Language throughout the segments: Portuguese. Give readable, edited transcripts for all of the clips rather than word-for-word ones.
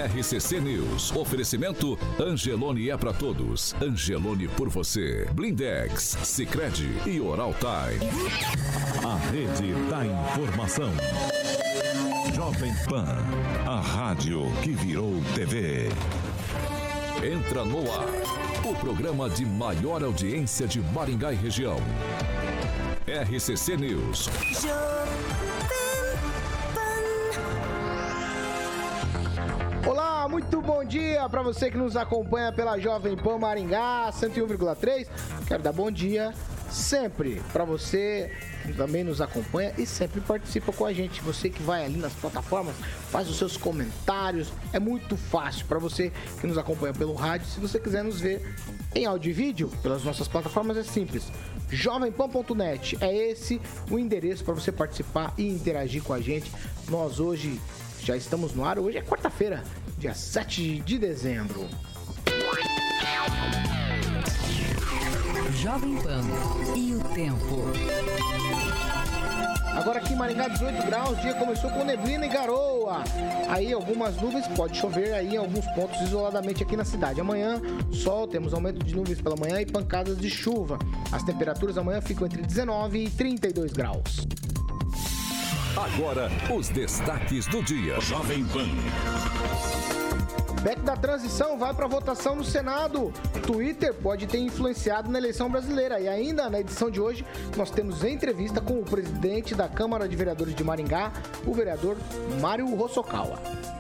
RCC News. Oferecimento Angelone é pra todos. Angelone por você. Blindex, Sicredi e Oral Time. A rede da informação. Jovem Pan, a rádio que virou TV. Entra no ar, o programa de maior audiência de Maringá e região. RCC News. Olá, muito bom dia para você que nos acompanha pela Jovem Pan Maringá 101,3. Quero dar bom dia sempre para você que também nos acompanha e sempre participa com a gente. Você que vai ali nas plataformas, faz os seus comentários. É muito fácil para você que nos acompanha pelo rádio. Se você quiser nos ver em áudio e vídeo pelas nossas plataformas, é simples. jovempan.net é esse o endereço para você participar e interagir com a gente. Nós hoje já estamos no ar. Hoje é quarta-feira, dia 7 de dezembro. Jovem Pan e o tempo. Agora aqui em Maringá, 18 graus, o dia começou com neblina e garoa. Aí algumas nuvens, pode chover aí em alguns pontos isoladamente aqui na cidade. Amanhã, sol, temos aumento de nuvens pela manhã e pancadas de chuva. As temperaturas amanhã ficam entre 19 e 32 graus. Agora, os destaques do dia. Jovem Pan. PEC da transição vai para votação no Senado. Twitter pode ter influenciado na eleição brasileira. E ainda na edição de hoje, nós temos entrevista com o presidente da Câmara de Vereadores de Maringá, o vereador Mário Hosokawa.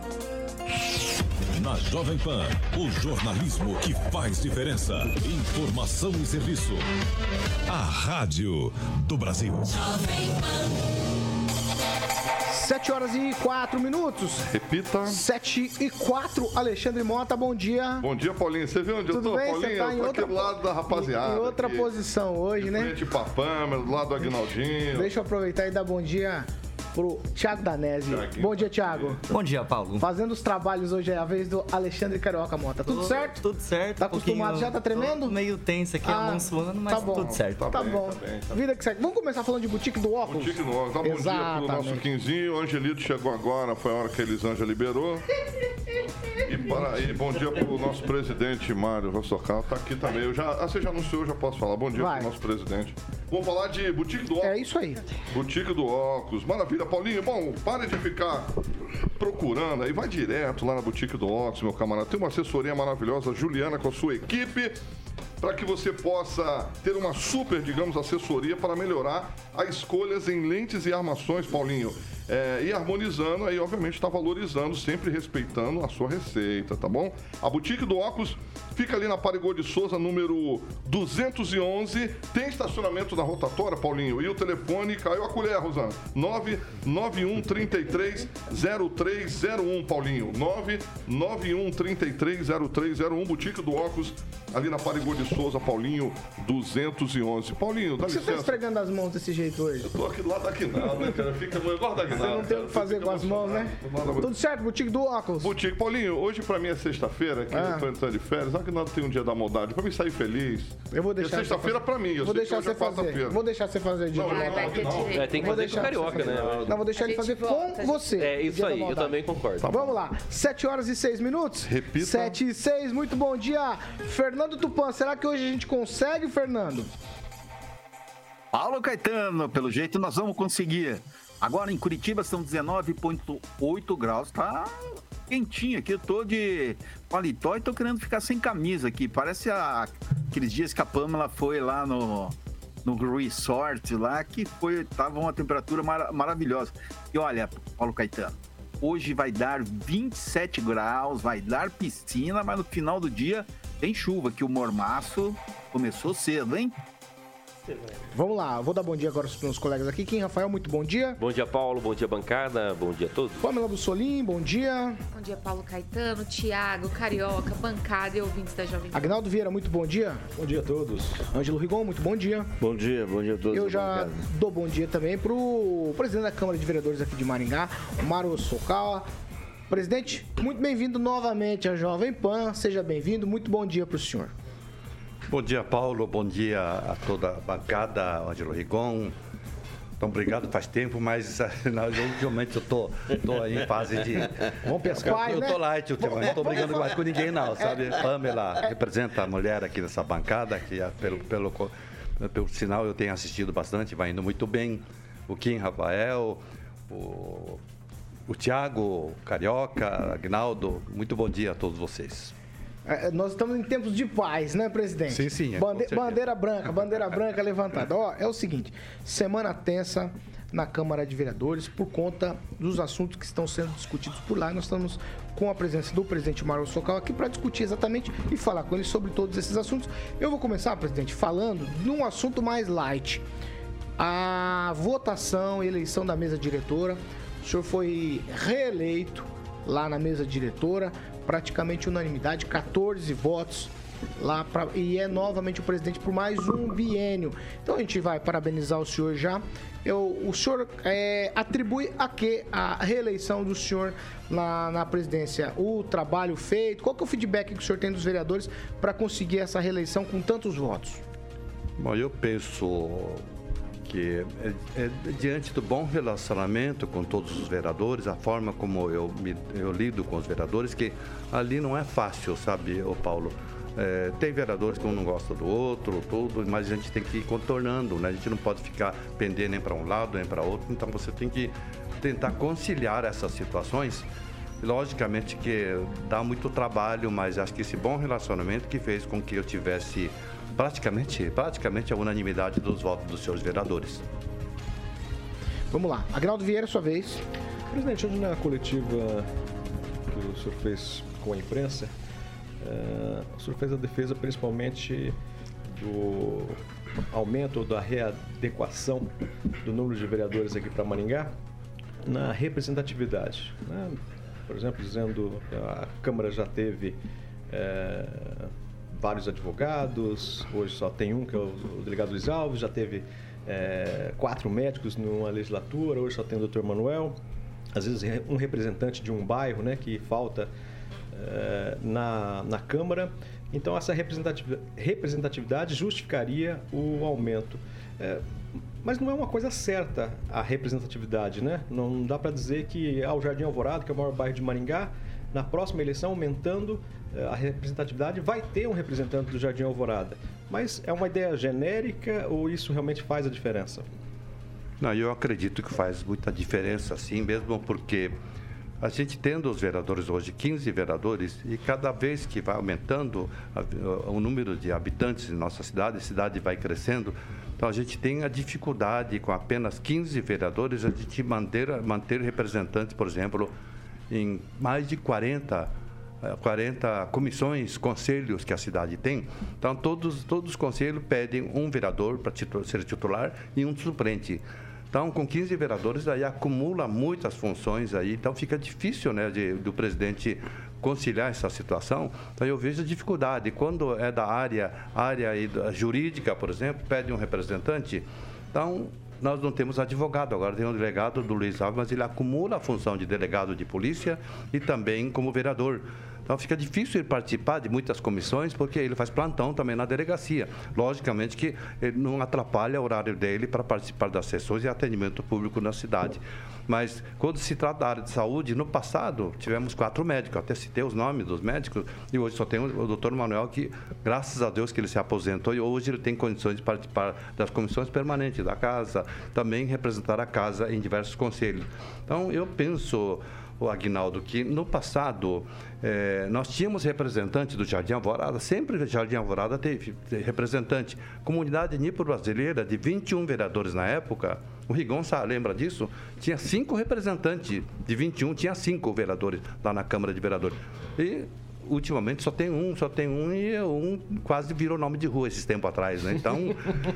Na Jovem Pan, o jornalismo que faz diferença. Informação e serviço. A Rádio do Brasil. Jovem Pan. 7 horas e 4 minutos. Repita. 7 e 4. Alexandre Mota, bom dia. Bom dia, Paulinho. Você viu onde Tudo eu tô, bem? Paulinho? Você tá eu tô aqui do lado da rapaziada. Em outra aqui, posição hoje, né? frente pra Pâmela, do lado do Aguinaldinho. Deixa eu aproveitar e dar bom dia pro Thiago Danese. Bom dia, Thiago. Bom dia, Paulo. Fazendo os trabalhos hoje é a vez do Alexandre Carioca Mota. Tudo certo? Tudo certo. Tá acostumado? Já tá tremendo? Meio tenso aqui, a mão suando, mas tá bom. tudo certo. Tá bom. Vida que segue. Vamos começar falando de Boutique do Óculos? Boutique do Óculos. Dá bom dia pro nosso Quinzinho. O Angelito chegou agora, foi a hora que a Elisângela liberou. E bom dia pro nosso presidente Mário Hosokawa. Tá aqui também. Você já anunciou, já posso falar. Bom dia pro nosso presidente. Vamos falar de Boutique do Óculos. É isso aí. Boutique do Óculos. Maravilha, Paulinho. Bom, pare de ficar procurando aí. Vai direto lá na Boutique do Óculos, meu camarada. Tem uma assessoria maravilhosa, Juliana, com a sua equipe, para que você possa ter uma super, digamos, assessoria para melhorar as escolhas em lentes e armações, Paulinho. E harmonizando, aí obviamente está valorizando, sempre respeitando a sua receita, tá bom? A Boutique do Óculos fica ali na Parigô de Souza, número 211. Tem estacionamento na rotatória, Paulinho. E o telefone, caiu a colher, Rosana. 991330301, Paulinho. 991330301, Boutique do Óculos, ali na Parigô de Souza, Paulinho, 211. Paulinho, dá licença. Você tá esfregando as mãos desse jeito hoje? Eu tô aqui do lado da Aguinaldo, né, cara? Fica eu gosto da Aguinaldo. Você não tem o que fazer com as mãos, né? Tudo certo, Boutique do Óculos. Boutique. Paulinho, hoje pra mim é sexta-feira, que eu tô entrando de férias. Sabe que nós tem um dia da maldade, pra mim sair feliz. Eu vou deixar. Sexta-feira pra mim, vou deixar você fazer. Vou deixar você fazer de novo. Tem que fazer com o Carioca, né? Não, vou deixar ele fazer com você. É isso aí, eu também concordo. Tá, vamos lá. 7 horas e 6 minutos. Repita. 7 e 6, muito bom dia. Fernando Tupan, será que hoje a gente consegue, Fernando? Paulo Caetano, pelo jeito nós vamos conseguir. Agora em Curitiba são 19,8 graus, tá quentinho aqui. Eu tô de paletó e tô querendo ficar sem camisa aqui. Parece aqueles dias que a Pâmela foi lá no resort lá, que tava uma temperatura maravilhosa. E olha, Paulo Caetano, hoje vai dar 27 graus, vai dar piscina, mas no final do dia tem chuva, que o mormaço começou cedo, hein? Vamos lá, vou dar bom dia agora para os meus colegas aqui. Kim Rafael, muito bom dia. Bom dia, Paulo. Bom dia, bancada. Bom dia a todos. Pamela Bussolim, bom dia. Bom dia, Paulo Caetano, Thiago, Carioca, bancada e ouvintes da Jovem Pan. Agnaldo Vieira, muito bom dia. Bom dia a todos. Ângelo Rigon, muito bom dia. Bom dia a todos. Eu já dou bom dia também para o presidente da Câmara de Vereadores aqui de Maringá, Mário Hosokawa. Presidente, muito bem-vindo novamente à Jovem Pan. Seja bem-vindo. Muito bom dia para o senhor. Bom dia, Paulo. Bom dia a toda a bancada, Ângelo Rigon, Então, obrigado, faz tempo, mas ultimamente eu tô aí em fase de... Vamos pescar, eu né? tô light ultimamente, não tô brigando mais com ninguém não, sabe? Pamela representa a mulher aqui nessa bancada, que pelo sinal eu tenho assistido bastante, vai indo muito bem. O Kim Rafael, o Thiago, o Carioca, Agnaldo, muito bom dia a todos vocês. Nós estamos em tempos de paz, né, presidente? Sim. Bandeira branca levantada. Ó, é o seguinte, semana tensa na Câmara de Vereadores por conta dos assuntos que estão sendo discutidos por lá. Nós estamos com a presença do presidente Mário Socal aqui para discutir exatamente e falar com ele sobre todos esses assuntos. Eu vou começar, presidente, falando de um assunto mais light. A votação e eleição da mesa diretora. O senhor foi reeleito lá na mesa diretora, praticamente unanimidade, 14 votos lá e é novamente o presidente por mais um biênio. Então a gente vai parabenizar o senhor já. O senhor atribui a quê a reeleição do senhor na presidência? O trabalho feito? Qual que é o feedback que o senhor tem dos vereadores para conseguir essa reeleição com tantos votos? Bom, eu penso que diante do bom relacionamento com todos os vereadores, a forma como eu lido com os vereadores, que ali não é fácil, sabe, Paulo? Tem vereadores que um não gosta do outro, tudo, mas a gente tem que ir contornando, né? A gente não pode ficar pendendo nem para um lado, nem para outro, então você tem que tentar conciliar essas situações. Logicamente que dá muito trabalho, mas acho que esse bom relacionamento que fez com que eu tivesse praticamente a unanimidade dos votos dos senhores vereadores. Vamos lá. Agnaldo Vieira, sua vez. Presidente, hoje na coletiva que o senhor fez com a imprensa, o senhor fez a defesa principalmente do aumento ou da readequação do número de vereadores aqui para Maringá na representatividade, né? Por exemplo, dizendo que a Câmara já teve vários advogados, hoje só tem um, que é o delegado Luiz Alves, já teve 4 médicos numa legislatura, hoje só tem o Dr. Manuel, às vezes um representante de um bairro, né, que falta na Câmara. Então, essa representatividade justificaria o aumento. Mas não é uma coisa certa a representatividade, né? Não dá para dizer que o Jardim Alvorada, que é o maior bairro de Maringá, na próxima eleição, aumentando a representatividade, vai ter um representante do Jardim Alvorada. Mas é uma ideia genérica ou isso realmente faz a diferença? Não, eu acredito que faz muita diferença, sim, mesmo porque a gente tendo os vereadores hoje, 15 vereadores, e cada vez que vai aumentando o número de habitantes em nossa cidade, a cidade vai crescendo, então a gente tem a dificuldade com apenas 15 vereadores, a gente manter representantes, por exemplo, em mais de 40 comissões, conselhos que a cidade tem. Então, todos os conselhos pedem um vereador para ser titular e um suplente. Então, com 15 vereadores, aí acumula muitas funções aí, então fica difícil, né, do presidente conciliar essa situação. Então, eu vejo a dificuldade. Quando é da área jurídica, por exemplo, pede um representante, então nós não temos advogado, agora tem um delegado do Luiz Alves, mas ele acumula a função de delegado de polícia e também como vereador. Então fica difícil ele participar de muitas comissões, porque ele faz plantão também na delegacia. Logicamente que ele não atrapalha o horário dele para participar das sessões e atendimento público na cidade. Mas quando se trata da área de saúde, no passado tivemos 4 médicos, até citei os nomes dos médicos, e hoje só tem o doutor Manuel, que graças a Deus que ele se aposentou, e hoje ele tem condições de participar das comissões permanentes da casa, também representar a casa em diversos conselhos. Então eu penso, o Agnaldo, que no passado nós tínhamos representante do Jardim Alvorada, sempre o Jardim Alvorada teve representante. Comunidade Nipo-Brasileira, de 21 vereadores na época, o Rigon lembra disso? Tinha 5 representantes, de 21 tinha 5 vereadores lá na Câmara de Vereadores. E ultimamente só tem um e um quase virou nome de rua esses tempos atrás, né? Então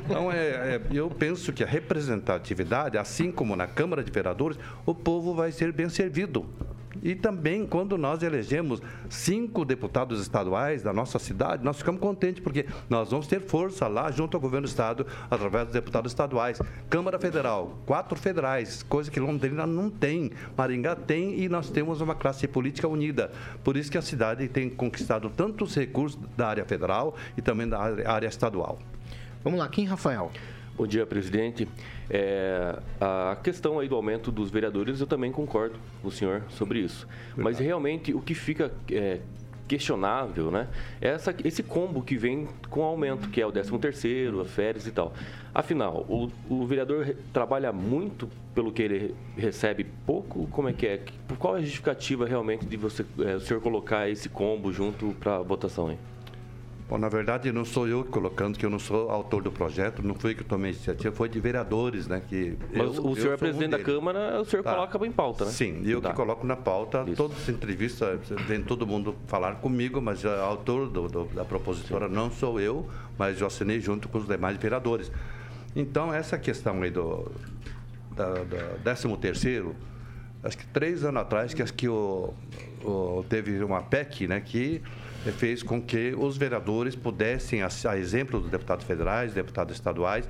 eu penso que a representatividade, assim como na Câmara de Vereadores, o povo vai ser bem servido. E também, quando nós elegemos 5 deputados estaduais da nossa cidade, nós ficamos contentes, porque nós vamos ter força lá junto ao governo do estado, através dos deputados estaduais. Câmara Federal, 4 federais, coisa que Londrina não tem, Maringá tem, e nós temos uma classe política unida. Por isso que a cidade tem conquistado tantos recursos da área federal e também da área estadual. Vamos lá, Kim Rafael. Bom dia, presidente. A questão aí do aumento dos vereadores, eu também concordo com o senhor sobre isso. Mas realmente o que fica questionável, né, é esse combo que vem com o aumento, que é o 13º, as férias e tal. Afinal, o vereador trabalha muito pelo que ele recebe pouco? Como é que é? Qual é a justificativa realmente de o senhor colocar esse combo junto para a votação aí? Bom, na verdade, não sou eu colocando, que eu não sou autor do projeto, não fui eu que tomei a iniciativa, foi de vereadores, né? Mas o senhor é presidente da Câmara, o senhor coloca em pauta, né? Sim, eu que coloco na pauta. Isso. Todas as entrevistas, vem todo mundo falar comigo, mas o autor da propositora não sou eu, mas eu assinei junto com os demais vereadores. Então, essa questão aí do 13º, acho que 3 anos atrás, que teve uma PEC, né, que fez com que os vereadores pudessem, a exemplo dos deputados federais, deputados estaduais,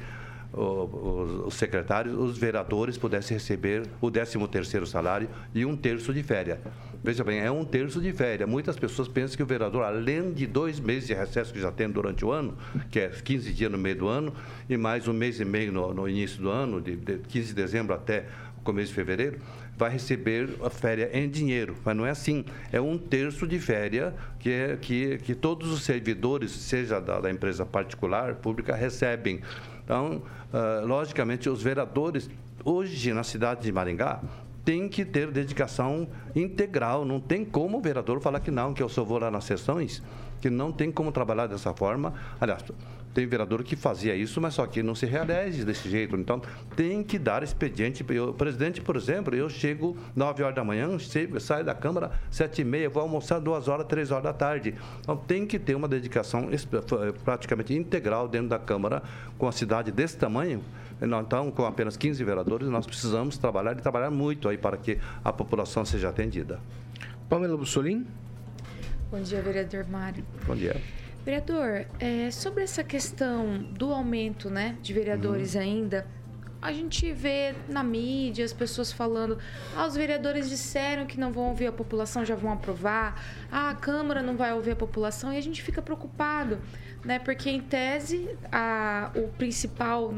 os secretários, os vereadores pudessem receber o 13º salário e 1/3 de férias. Veja bem, é 1/3 de férias. Muitas pessoas pensam que o vereador, além de 2 meses de recesso que já tem durante o ano, que é 15 dias no meio do ano, e mais 1 mês e meio no início do ano, de 15 de dezembro até o começo de fevereiro, vai receber a férias em dinheiro, mas não é assim. É 1/3 de férias que todos os servidores, seja da empresa particular, pública, recebem. Então, logicamente, os vereadores, hoje na cidade de Maringá, têm que ter dedicação integral. Não tem como o vereador falar que não, que eu só vou lá nas sessões, que não tem como trabalhar dessa forma. Aliás, tem vereador que fazia isso, mas só que não se reelege desse jeito. Então, tem que dar expediente. O presidente, por exemplo, eu chego 9 horas da manhã, saio da Câmara 7h30, vou almoçar 2 horas, 3 horas da tarde. Então, tem que ter uma dedicação praticamente integral dentro da Câmara, com a cidade desse tamanho. Então, com apenas 15 vereadores, nós precisamos trabalhar e trabalhar muito aí para que a população seja atendida. Pamela Bussolini. Bom dia, vereador Mário. Bom dia. Vereador, sobre essa questão do aumento, né, de vereadores ainda, a gente vê na mídia as pessoas falando, os vereadores disseram que não vão ouvir a população, já vão aprovar, a Câmara não vai ouvir a população, e a gente fica preocupado, né, porque em tese a principal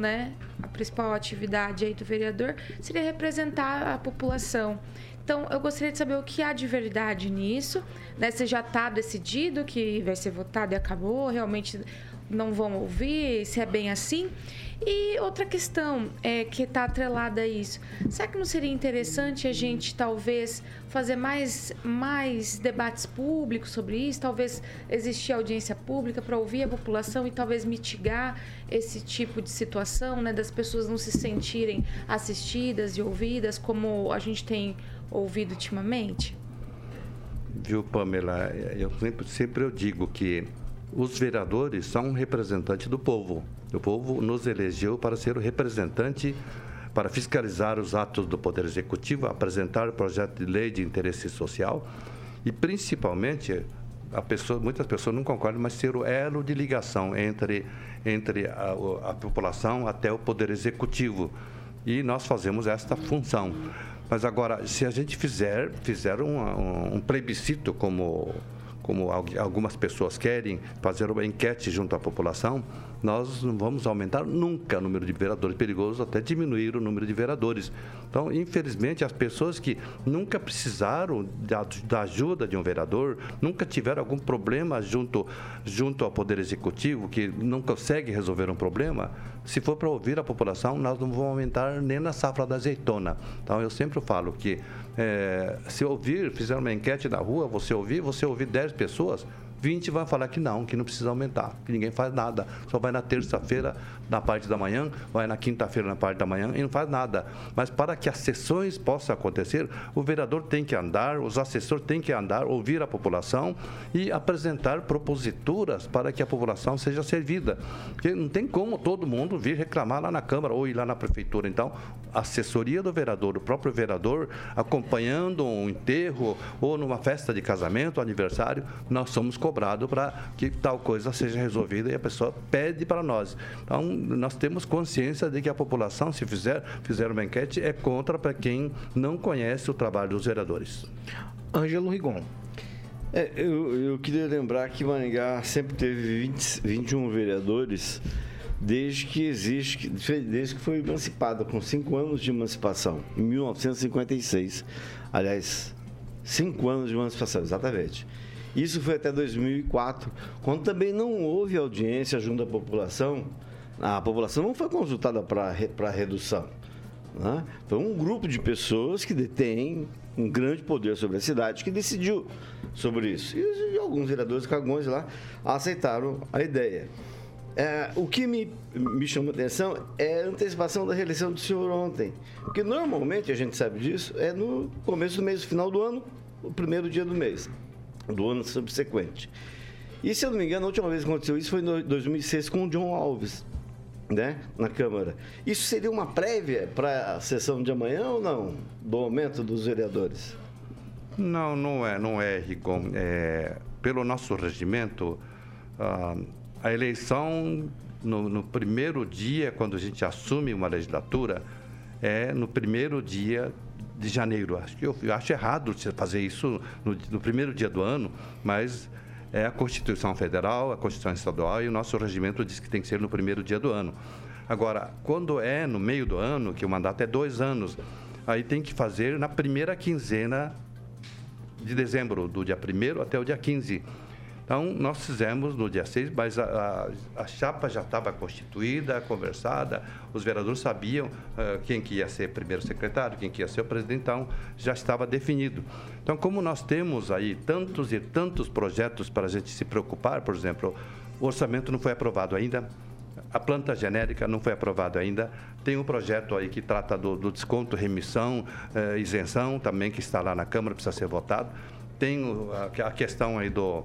atividade aí do vereador seria representar a população. Então, eu gostaria de saber o que há de verdade nisso, né? Se já está decidido que vai ser votado e acabou, realmente não vão ouvir, se é bem assim. E outra questão que está atrelada a isso, será que não seria interessante a gente talvez fazer mais debates públicos sobre isso, talvez existir audiência pública para ouvir a população e talvez mitigar esse tipo de situação, né, das pessoas não se sentirem assistidas e ouvidas como a gente tem ouvido ultimamente? Viu, Pamela, eu sempre digo que os vereadores são representantes do povo. O povo nos elegeu para ser o representante, para fiscalizar os atos do Poder Executivo, apresentar o projeto de lei de interesse social e, principalmente, muitas pessoas não concordam, mas ser o elo de ligação entre a população até o Poder Executivo. E nós fazemos esta função. Mas agora, se a gente fizer um plebiscito, como algumas pessoas querem, fazer uma enquete junto à população, nós não vamos aumentar nunca o número de vereadores, perigoso até diminuir o número de vereadores. Então, infelizmente, as pessoas que nunca precisaram da ajuda de um vereador, nunca tiveram algum problema junto ao Poder Executivo, que não consegue resolver um problema, se for para ouvir a população, nós não vamos aumentar nem na safra da azeitona. Então, eu sempre falo que se fizer uma enquete na rua, você ouvir 10 pessoas, 20 vão falar que não precisa aumentar, que ninguém faz nada. Só vai na terça-feira, na parte da manhã, vai na quinta-feira, na parte da manhã, e não faz nada. Mas para que as sessões possam acontecer, o vereador tem que andar, os assessores têm que andar, ouvir a população e apresentar proposituras para que a população seja servida. Porque não tem como todo mundo vir reclamar lá na Câmara ou ir lá na Prefeitura. Então, a assessoria do vereador, o próprio vereador, acompanhando um enterro ou numa festa de casamento, aniversário, nós somos cobrados para que tal coisa seja resolvida e a pessoa pede para nós. Então, nós temos consciência de que a população, se fizer uma enquete, é contra para quem não conhece o trabalho dos vereadores. Ângelo Rigon. Eu queria lembrar que Maringá sempre teve 21 vereadores desde que foi emancipada, com 5 anos de emancipação, em 1956. Aliás, 5 anos de emancipação, exatamente. Isso foi até 2004, quando também não houve audiência junto à população. A população não foi consultada para redução. Né? Foi um grupo de pessoas que detém um grande poder sobre a cidade que decidiu sobre isso. E alguns vereadores cagões lá aceitaram a ideia. O que me chama a atenção é a antecipação da reeleição do senhor ontem. Porque normalmente, a gente sabe disso, é no começo do mês, no final do ano, o primeiro dia do mês, do ano subsequente. E, se eu não me engano, a última vez que aconteceu isso foi em 2006 com o John Alves, né, na Câmara. Isso seria uma prévia para a sessão de amanhã ou não, do aumento dos vereadores? Não é, Rigon. Pelo nosso regimento, a eleição no primeiro dia, quando a gente assume uma legislatura, é no primeiro dia de janeiro. Eu acho errado fazer isso no primeiro dia do ano, mas é a Constituição Federal, a Constituição Estadual e o nosso regimento diz que tem que ser no primeiro dia do ano. Agora, quando é no meio do ano, que o mandato é 2 anos, aí tem que fazer na primeira quinzena de dezembro, do dia 1º até o dia 15. Então, nós fizemos no dia 6, mas a chapa já estava constituída, conversada, os vereadores sabiam quem que ia ser primeiro secretário, quem que ia ser o presidente, então já estava definido. Então, como nós temos aí tantos e tantos projetos para a gente se preocupar, por exemplo, o orçamento não foi aprovado ainda, a planta genérica não foi aprovada ainda, tem um projeto aí que trata do desconto, remissão, isenção também, que está lá na Câmara, precisa ser votado. Tem a questão aí do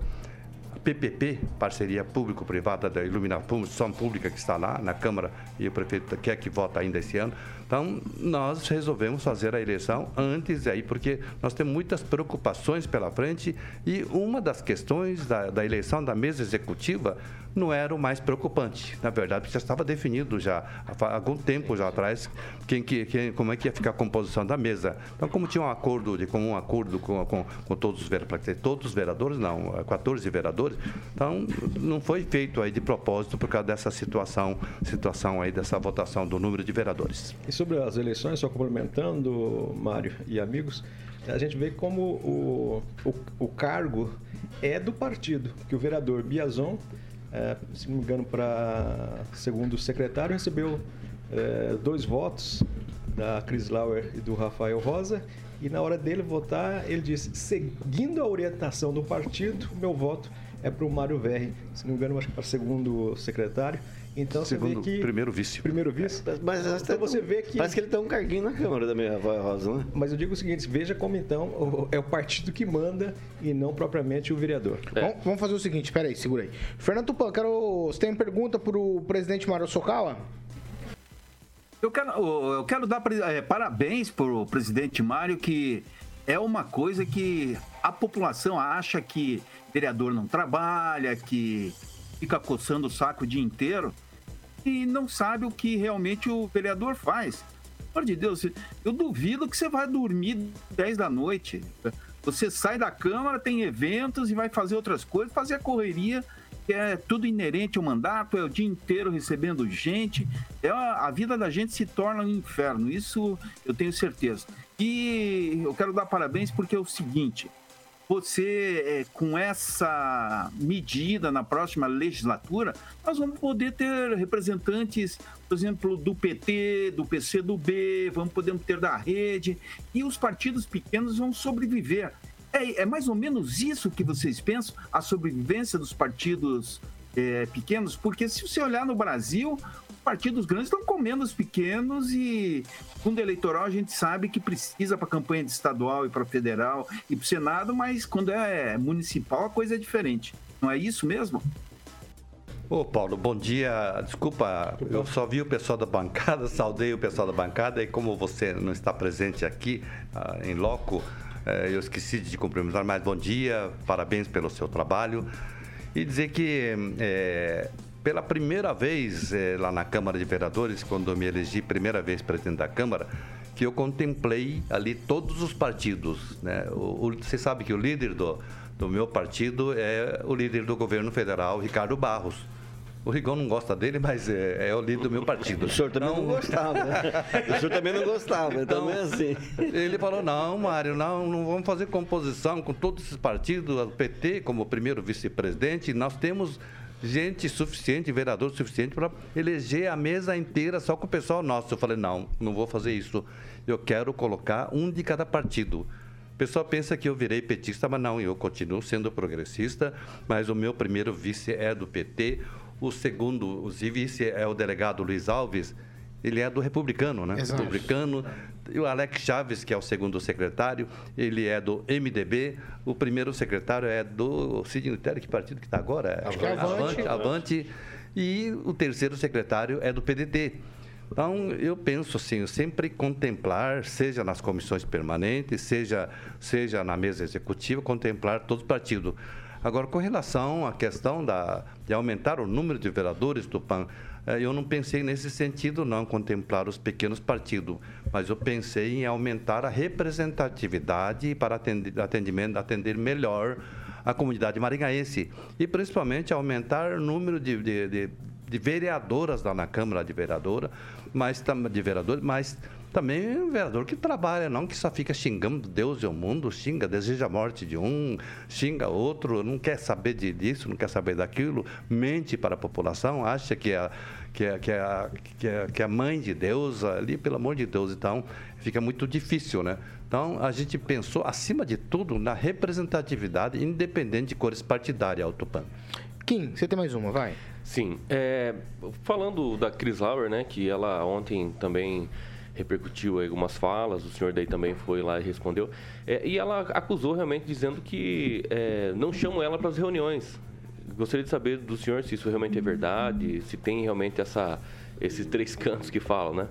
PPP, parceria público-privada da iluminação pública, que está lá na Câmara e o prefeito quer que vote ainda esse ano. Então, nós resolvemos fazer a eleição antes aí, porque nós temos muitas preocupações pela frente e uma das questões da eleição da mesa executiva não era o mais preocupante. Na verdade, já estava definido já há algum tempo já atrás como é que ia ficar a composição da mesa. Então, como tinha um acordo de comum acordo com todos os vereadores, para ter todos os vereadores, não, 14 vereadores, então não foi feito aí de propósito por causa dessa situação aí dessa votação do número de vereadores. E sobre as eleições, só complementando, Mário e amigos, a gente vê como o cargo é do partido, que o vereador Biazon, se não me engano, para segundo secretário, recebeu 2 votos da Cris Lauer e do Rafael Rosa, e na hora dele votar, ele disse: seguindo a orientação do partido, o meu voto é para o Mário Verri, se não me engano, acho que para segundo secretário. Então segundo, você vê que... Primeiro vice. Mas então você vê que... Parece que ele tem um carguinho na Câmara da minha Rafael Rosa, né? Mas eu digo o seguinte, veja como então é o partido que manda e não propriamente o vereador. Vamos fazer o seguinte, espera aí, segura aí. Fernando Tupan, você tem pergunta para o presidente Mário Sokawa? Eu quero dar parabéns para o presidente Mário, que é uma coisa que a população acha que vereador não trabalha, que fica coçando o saco o dia inteiro e não sabe o que realmente o vereador faz. Pelo amor de Deus, eu duvido que você vai dormir 10 da noite. Você sai da Câmara, tem eventos e vai fazer outras coisas, fazer a correria, que é tudo inerente ao mandato, é o dia inteiro recebendo gente. A vida da gente se torna um inferno, isso eu tenho certeza. E eu quero dar parabéns porque é o seguinte: você, com essa medida na próxima legislatura, nós vamos poder ter representantes, por exemplo, do PT, do PCdoB, podemos ter da Rede, e os partidos pequenos vão sobreviver. É mais ou menos isso que vocês pensam, a sobrevivência dos partidos pequenos? Porque se você olhar no Brasil, os partidos grandes estão comendo os pequenos e, fundo eleitoral, a gente sabe que precisa para a campanha de estadual e para federal e para o Senado, mas quando é municipal a coisa é diferente. Não é isso mesmo? Ô, Paulo, bom dia. Desculpa, eu só vi o pessoal da bancada, saudei o pessoal da bancada e como você não está presente aqui em loco, eu esqueci de cumprimentar, mas bom dia, parabéns pelo seu trabalho. E dizer que pela primeira vez lá na Câmara de Vereadores, quando eu me elegi primeira vez presidente da Câmara, que eu contemplei ali todos os partidos, né? Você sabe que o líder do meu partido é o líder do governo federal, Ricardo Barros. O Rigon não gosta dele, mas é o líder do meu partido. O senhor também não gostava, né? O senhor também não gostava, então é assim. Ele falou, não, Mário, não vamos fazer composição com todos esses partidos, o PT como primeiro vice-presidente, nós temos gente suficiente, vereador suficiente para eleger a mesa inteira só com o pessoal nosso. Eu falei, não vou fazer isso. Eu quero colocar um de cada partido. O pessoal pensa que eu virei petista, mas não, eu continuo sendo progressista, mas o meu primeiro vice é do PT. O segundo, o vice é o delegado Luiz Alves, ele é do republicano, né? Exato. Republicano. E o Alex Chaves, que é o segundo secretário, ele é do MDB. O primeiro secretário é do Sidney Terry, que partido que está agora? Acho que é Avante. E o terceiro secretário é do PDT. Então, eu penso assim, eu sempre contemplar, seja nas comissões permanentes, seja na mesa executiva, contemplar todos os partidos. Agora, com relação à questão de aumentar o número de vereadores do PAN, eu não pensei nesse sentido, não, contemplar os pequenos partidos, mas eu pensei em aumentar a representatividade para atender melhor a comunidade maringaense e, principalmente, aumentar o número de vereadoras lá na Câmara de Vereadores, mas também um vereador que trabalha, não que só fica xingando Deus e o mundo, deseja a morte de um, xinga outro, não quer saber disso, não quer saber daquilo, mente para a população, acha que é a mãe de Deus ali, pelo amor de Deus. Então, fica muito difícil, né? Então, a gente pensou, acima de tudo, na representatividade, independente de cores partidárias, Tupan. Kim, você tem mais uma, vai. Sim. Falando da Cris Lauer, né, que ela ontem também repercutiu algumas falas, o senhor daí também foi lá e respondeu, e ela acusou realmente dizendo que não chamam ela para as reuniões. Gostaria de saber do senhor se isso realmente é verdade, se tem realmente esses três cantos que falam, né?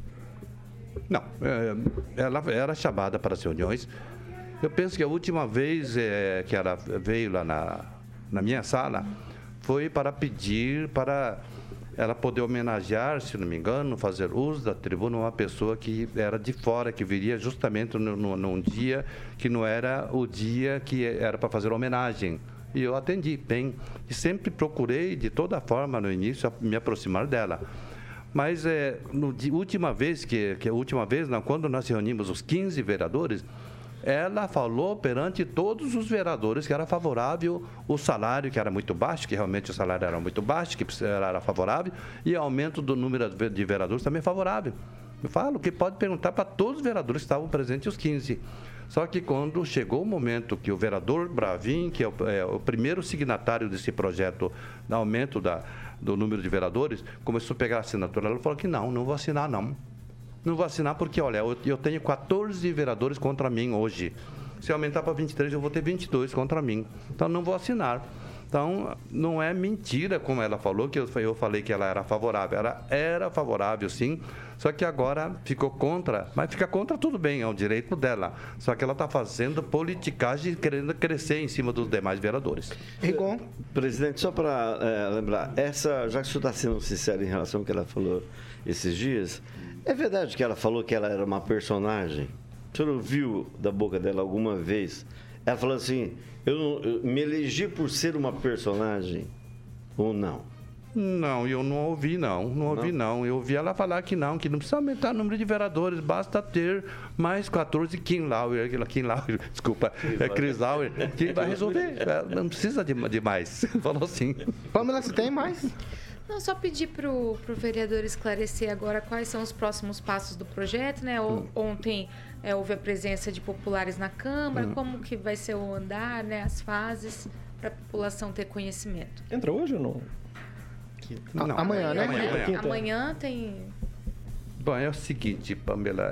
Não, ela era chamada para as reuniões. Eu penso que a última vez que ela veio lá na minha sala foi para pedir para ela poder homenagear, se não me engano, fazer uso da tribuna, uma pessoa que era de fora, que viria justamente num dia que não era o dia que era para fazer homenagem. E eu atendi bem. E sempre procurei, de toda forma, no início, me aproximar dela. Mas, última vez, quando nós reunimos os 15 vereadores, ela falou perante todos os vereadores que era favorável o salário, que era muito baixo, que realmente o salário era muito baixo, que era favorável, e aumento do número de vereadores também favorável. Eu falo que pode perguntar para todos os vereadores que estavam presentes, os 15. Só que quando chegou o momento que o vereador Bravin, que é o primeiro signatário desse projeto de aumento do número de vereadores, começou a pegar a assinatura, ela falou que não vou assinar, não. Não vou assinar porque, olha, eu tenho 14 vereadores contra mim hoje. Se aumentar para 23, eu vou ter 22 contra mim. Então, não vou assinar. Então, não é mentira, como ela falou, que eu falei que ela era favorável. Ela era favorável, sim, só que agora ficou contra. Mas fica contra, tudo bem, é o direito dela. Só que ela está fazendo politicagem, querendo crescer em cima dos demais vereadores. Rigon. Presidente, só para lembrar, já que o senhor está sendo sincero em relação ao que ela falou esses dias, é verdade que ela falou que ela era uma personagem? O senhor ouviu da boca dela alguma vez? Ela falou assim, eu me elegi por ser uma personagem ou não? Não, eu não ouvi, não. Não ouvi, não. Eu ouvi ela falar que não precisa aumentar o número de vereadores, basta ter mais 14 Cris Lauer, que vai resolver. Não precisa de mais. Falou assim. Pamela, você tem mais? Não, só pedir para o vereador esclarecer agora quais são os próximos passos do projeto, né? Ontem houve a presença de populares na Câmara, como que vai ser o andar, né? As fases, para a população ter conhecimento. Entra hoje ou não? Não. Amanhã, né? Amanhã tem... Bom, é o seguinte, Pamela,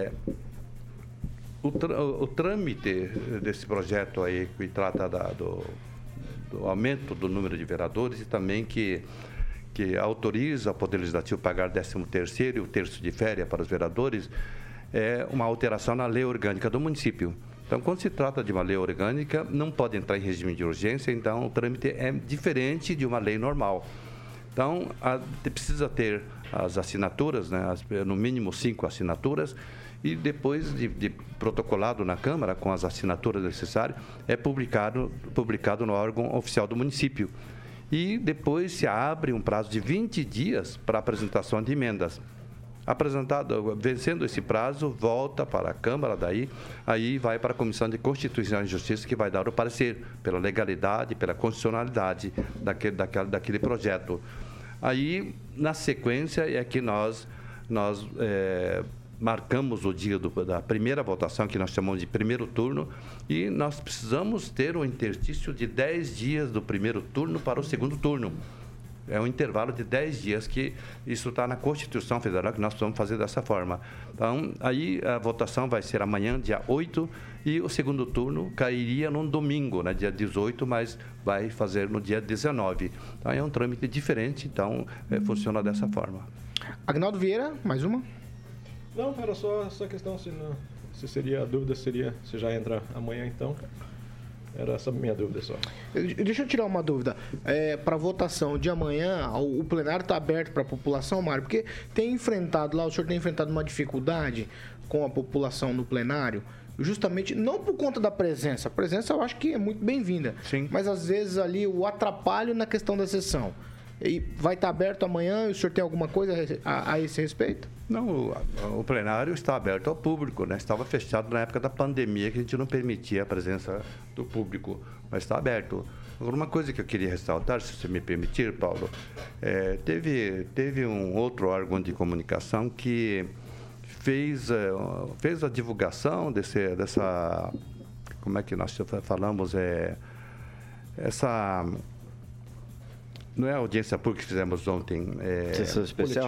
o trâmite desse projeto aí, que trata do aumento do número de vereadores e também que autoriza o Poder Legislativo a pagar 13º e o terço de férias para os vereadores, é uma alteração na lei orgânica do município. Então, quando se trata de uma lei orgânica, não pode entrar em regime de urgência, então o trâmite é diferente de uma lei normal. Então, precisa ter as assinaturas, né, no mínimo 5 assinaturas, e depois de protocolado na Câmara, com as assinaturas necessárias, é publicado no órgão oficial do município. e depois se abre um prazo de 20 dias para apresentação de emendas. Apresentado, vencendo esse prazo, volta para a Câmara, aí vai para a Comissão de Constituição e Justiça, que vai dar o parecer pela legalidade, pela constitucionalidade daquele projeto. Aí, na sequência, é que nós marcamos o dia da primeira votação, que nós chamamos de primeiro turno, e nós precisamos ter um interstício de 10 dias do primeiro turno para o segundo turno. É um intervalo de 10 dias, que isso está na Constituição Federal, que nós precisamos fazer dessa forma. Então, aí a votação vai ser amanhã, dia 8, e o segundo turno cairia no domingo, né, dia 18, mas vai fazer no dia 19. Então, é um trâmite diferente, então funciona dessa forma. Agnaldo Vieira, mais uma? Não, era só essa questão, se seria a dúvida, se já entra amanhã, então. Era essa a minha dúvida só. Deixa eu tirar uma dúvida. Para votação de amanhã, o plenário está aberto para a população, Mário? Porque o senhor tem enfrentado uma dificuldade com a população no plenário, justamente não por conta da presença. A presença eu acho que é muito bem-vinda. Sim. Mas às vezes ali o atrapalho na questão da sessão. E vai estar aberto amanhã? E o senhor tem alguma coisa a esse respeito? Não, o plenário está aberto ao público, né? Estava fechado na época da pandemia, que a gente não permitia a presença do público, mas está aberto. Agora, uma coisa que eu queria ressaltar, se você me permitir, Paulo, teve um outro órgão de comunicação que fez a divulgação dessa, como é que nós falamos, essa... Não é a audiência pública que fizemos ontem. Sessão especial?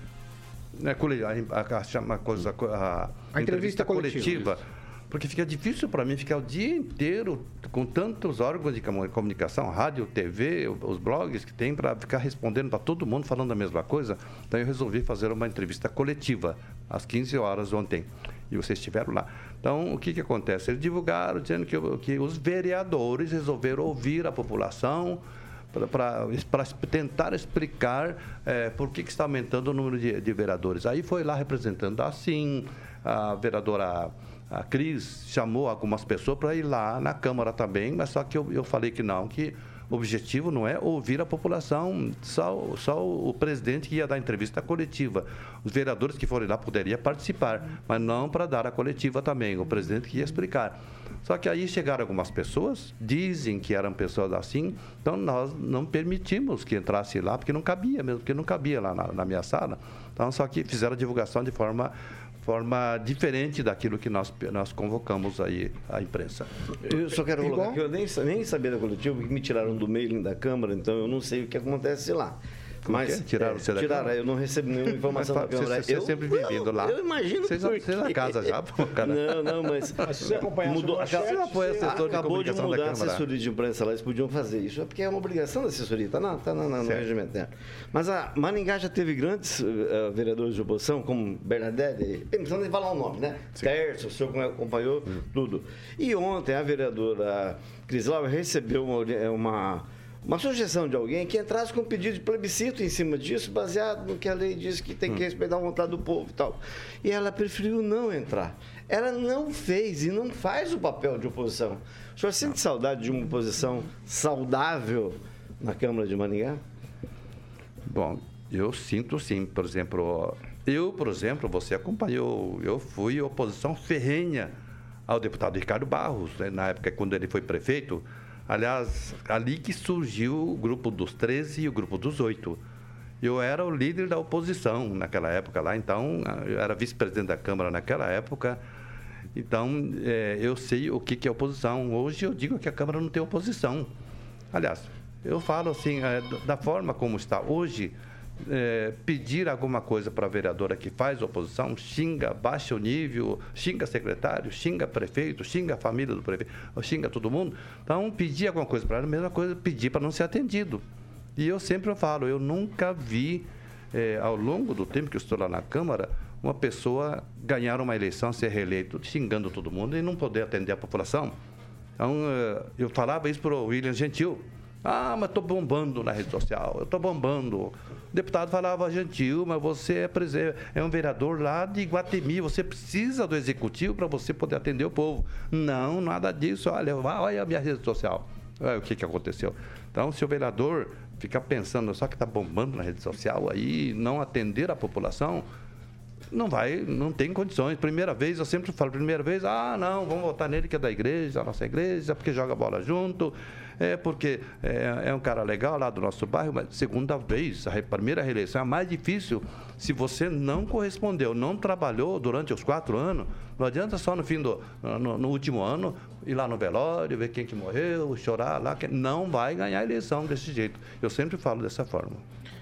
A entrevista coletiva. Porque fica difícil para mim ficar o dia inteiro com tantos órgãos de comunicação, rádio, TV, os blogs que tem, para ficar respondendo para todo mundo, falando a mesma coisa. Então eu resolvi fazer uma entrevista coletiva às 15 horas ontem. E vocês estiveram lá. Então, o que acontece? Eles divulgaram dizendo que os vereadores resolveram ouvir a população, para tentar explicar por que está aumentando o número de vereadores. Aí foi lá representando assim, a vereadora Cris chamou algumas pessoas para ir lá na Câmara também, mas só que eu falei que não, que o objetivo não é ouvir a população, só o presidente que ia dar entrevista coletiva. Os vereadores que forem lá poderiam participar, mas não para dar a coletiva também, o presidente que ia explicar. Só que aí chegaram algumas pessoas, dizem que eram pessoas assim, então nós não permitimos que entrasse lá, porque não cabia mesmo, porque não cabia lá na minha sala. Então, só que fizeram a divulgação de forma diferente daquilo que nós convocamos aí a imprensa. Eu só quero colocar que eu nem sabia da coletiva, porque me tiraram do mailing da Câmara, então eu não sei o que acontece lá. Mas tiraram você da Câmara? Eu não recebo nenhuma informação da Câmara. Você sempre vivindo lá. Eu imagino que você na casa já, cara. Não, mas se você acompanhar mudou, acabou de mudar a assessoria de imprensa lá, eles podiam fazer isso. É porque é uma obrigação da assessoria, está no regimento interno. Mas a Maringá já teve grandes vereadores de oposição, como Bernadette, precisando de falar o nome, né? Terço, o senhor acompanhou tudo. E ontem a vereadora Cris Laura recebeu uma sugestão de alguém que entrasse com um pedido de plebiscito em cima disso, baseado no que a lei diz que tem que respeitar a vontade do povo e tal. E ela preferiu não entrar. Ela não fez e não faz o papel de oposição. O senhor sente saudade de uma oposição saudável na Câmara de Maringá? Bom, eu sinto sim. Por exemplo, você acompanhou, eu fui oposição ferrenha ao deputado Ricardo Barros, né, na época quando ele foi prefeito. Aliás, ali que surgiu o grupo dos 13 e o grupo dos 8. Eu era o líder da oposição naquela época lá, então eu era vice-presidente da Câmara naquela época. Então, eu sei o que é oposição. Hoje eu digo que a Câmara não tem oposição. Aliás, eu falo assim, da forma como está hoje, pedir alguma coisa para a vereadora que faz oposição, xinga, baixa o nível, xinga secretário, xinga prefeito, xinga a família do prefeito, xinga todo mundo. Então, pedir alguma coisa para ela, a mesma coisa, pedir para não ser atendido. E eu sempre falo, eu nunca vi, ao longo do tempo que eu estou lá na Câmara, uma pessoa ganhar uma eleição, ser reeleito, xingando todo mundo e não poder atender a população. Então, eu falava isso para o William Gentil. Mas estou bombando na rede social, eu estou bombando. O deputado falava, Gentil, mas você é um vereador lá de Iguatemi, você precisa do executivo para você poder atender o povo. Não, nada disso, olha a minha rede social. Olha o que aconteceu. Então, se o vereador ficar pensando só que está bombando na rede social, aí não atender a população, não tem condições. Primeira vez, eu sempre falo, não, vamos votar nele que é da igreja, a nossa igreja, porque joga bola junto, porque é um cara legal lá do nosso bairro, mas segunda vez, a primeira reeleição é a mais difícil. Se você não correspondeu, não trabalhou durante os 4 anos, não adianta só no último ano ir lá no velório, ver quem que morreu, chorar lá, não vai ganhar a eleição desse jeito. Eu sempre falo dessa forma.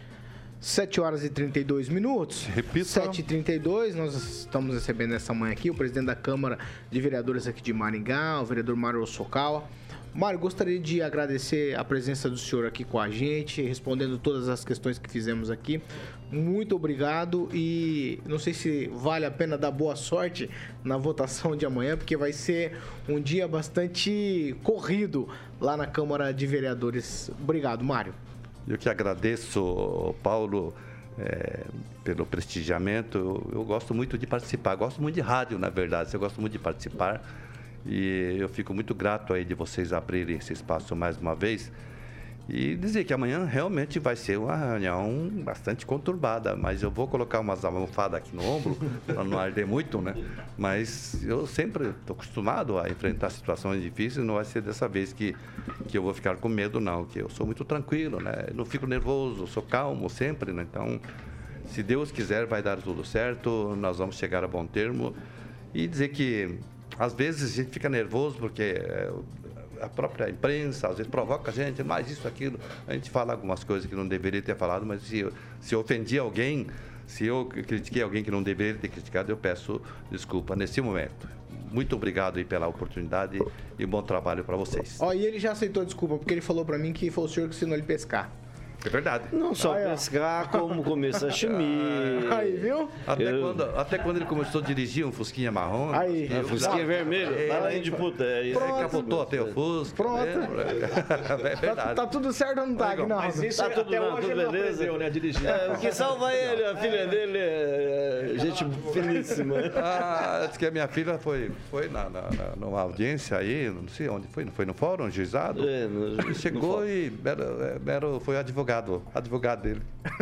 7 horas e 32 minutos. Repita. 7h32, nós estamos recebendo essa manhã aqui o presidente da Câmara de Vereadores aqui de Maringá, o vereador Mário Osokawa. Mário, gostaria de agradecer a presença do senhor aqui com a gente, respondendo todas as questões que fizemos aqui. Muito obrigado e não sei se vale a pena dar boa sorte na votação de amanhã, porque vai ser um dia bastante corrido lá na Câmara de Vereadores. Obrigado, Mário. Eu que agradeço, Paulo, pelo prestigiamento. Eu gosto muito de participar, gosto muito de rádio, na verdade. Eu gosto muito de participar e eu fico muito grato aí de vocês abrirem esse espaço mais uma vez e dizer que amanhã realmente vai ser uma reunião bastante conturbada, mas eu vou colocar umas almofadas aqui no ombro para não arder muito, né? Mas eu sempre estou acostumado a enfrentar situações difíceis, não vai ser dessa vez que eu vou ficar com medo, não, que eu sou muito tranquilo, né? Eu não fico nervoso, sou calmo sempre, né? Então, se Deus quiser, vai dar tudo certo, nós vamos chegar a bom termo e dizer que às vezes a gente fica nervoso porque a própria imprensa às vezes provoca a gente, mais isso, aquilo. A gente fala algumas coisas que não deveria ter falado, mas se eu ofendi alguém, se eu critiquei alguém que não deveria ter criticado, eu peço desculpa nesse momento. Muito obrigado aí pela oportunidade e bom trabalho para vocês. E ele já aceitou desculpa, porque ele falou para mim que foi o senhor que ensinou ele a pescar. É verdade. Não só pescar, como comer sashimi. Aí, viu? Até quando ele começou a dirigir um Fusquinha marrom. Aí. Fusquinha vermelho. Vai lá de puta. Ele capotou até o Fusca. Pronto. É verdade. Tá tudo certo ou não tá, Aguinaldo? Mas isso Tá tudo até não, hoje tudo ele não beleza. aprendeu, né, a dirigir. O que salva ele, a filha dele é gente finíssima. Diz que a minha filha foi numa audiência aí, não sei onde foi, não foi no fórum, juizado. Chegou e foi advogado dele.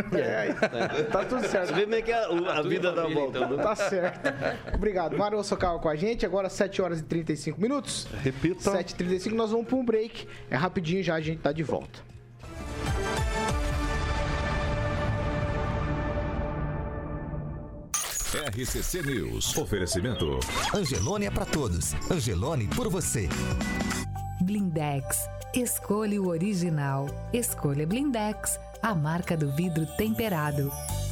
Tá tudo certo. Você vê como é que a vida dá volta. então. Tá certo. Obrigado. Mário Osokawa com a gente. Agora 7 horas e 35 minutos. Repita. 7h35, nós vamos para um break. É rapidinho, já a gente tá de volta. RCC News. Oferecimento. Angelone é pra todos. Angelone por você. Blindex. Escolha o original. Escolha Blindex, a marca do vidro temperado.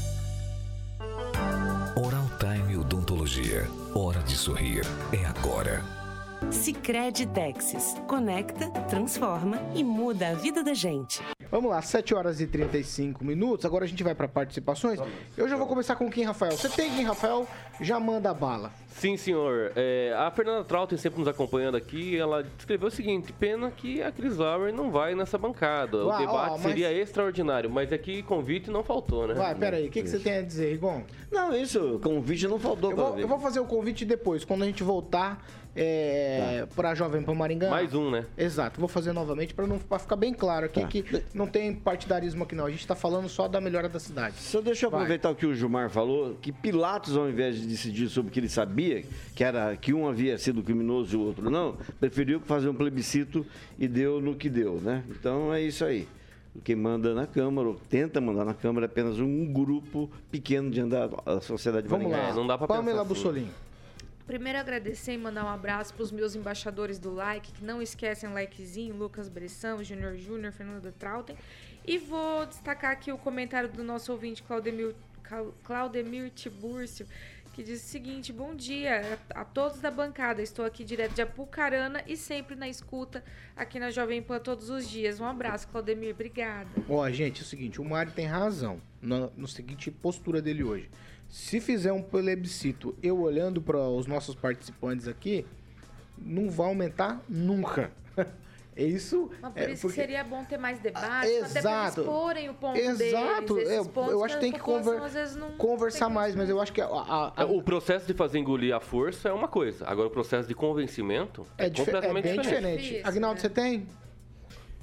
Oral Time Odontologia. Hora de sorrir. É agora. Sicredi Texas. Conecta, transforma e muda a vida da gente. Vamos lá, 7 horas e 35 minutos. Agora a gente vai para participações. Eu já vou começar com quem, Rafael? Você tem quem, Rafael? Já manda a bala. Sim, senhor. A Fernanda Trautem, sempre nos acompanhando aqui, ela escreveu o seguinte: pena que a Cris Lauer não vai nessa bancada. O debate seria extraordinário, mas aqui convite não faltou, né? Vai, peraí, o que você tem a dizer, Rigon? Não, isso, convite não faltou. Eu vou fazer o convite depois, quando a gente voltar pra Jovem Pan Maringá. Mais um, né? Exato, vou fazer novamente pra ficar bem claro aqui que não tem partidarismo aqui não, a gente tá falando só da melhora da cidade. Só deixa eu aproveitar o que o Gilmar falou, que Pilatos, ao invés de decidir sobre o que ele sabia, que um havia sido criminoso e o outro não, preferiu fazer um plebiscito e deu no que deu, né? Então é isso aí. Quem manda na Câmara, ou tenta mandar na Câmara, é apenas um grupo pequeno de andar a sociedade Vamos lá, não dá pra Pamela Bussolini. Primeiro agradecer e mandar um abraço para os meus embaixadores do like, que não esquecem o likezinho, Lucas Bressão, Júnior, Fernanda Trautem. E vou destacar aqui o comentário do nosso ouvinte Claudemir Tibúrcio, que diz o seguinte: bom dia a todos da bancada, estou aqui direto de Apucarana e sempre na escuta aqui na Jovem Pan todos os dias. Um abraço, Claudemir, obrigada. Gente, é o seguinte, o Mário tem razão no seguinte postura dele hoje. Se fizer um plebiscito, eu olhando para os nossos participantes aqui, não vai aumentar nunca. É isso. Mas por isso porque seria bom ter mais debate, exato, até para eles exporem o ponto deles. Eu acho que tem que conversar mais, mas eu acho que o processo de fazer engolir a força é uma coisa. Agora o processo de convencimento é completamente bem diferente. Difícil, Aguinaldo, você tem?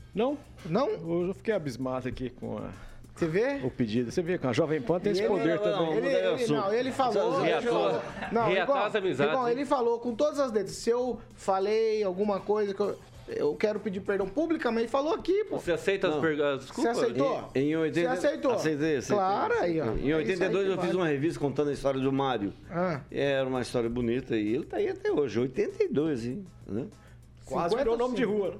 Não. Não? Eu fiquei abismado aqui com Você vê? o pedido. Você vê que a Jovem Pan tem esse poder também. Ele falou. Reatar as amizades. Igual, ele falou com todas as letras. Se eu falei alguma coisa que eu quero pedir perdão publicamente, falou aqui, pô. Você aceita as desculpas? Você aceitou? Em 80... Você aceitou? Aceitei. Claro, aí, ó. Em 82 eu fiz uma revista contando a história do Mário. Era uma história bonita e ele tá aí até hoje. 82, hein? Né? Quase virou nome de rua.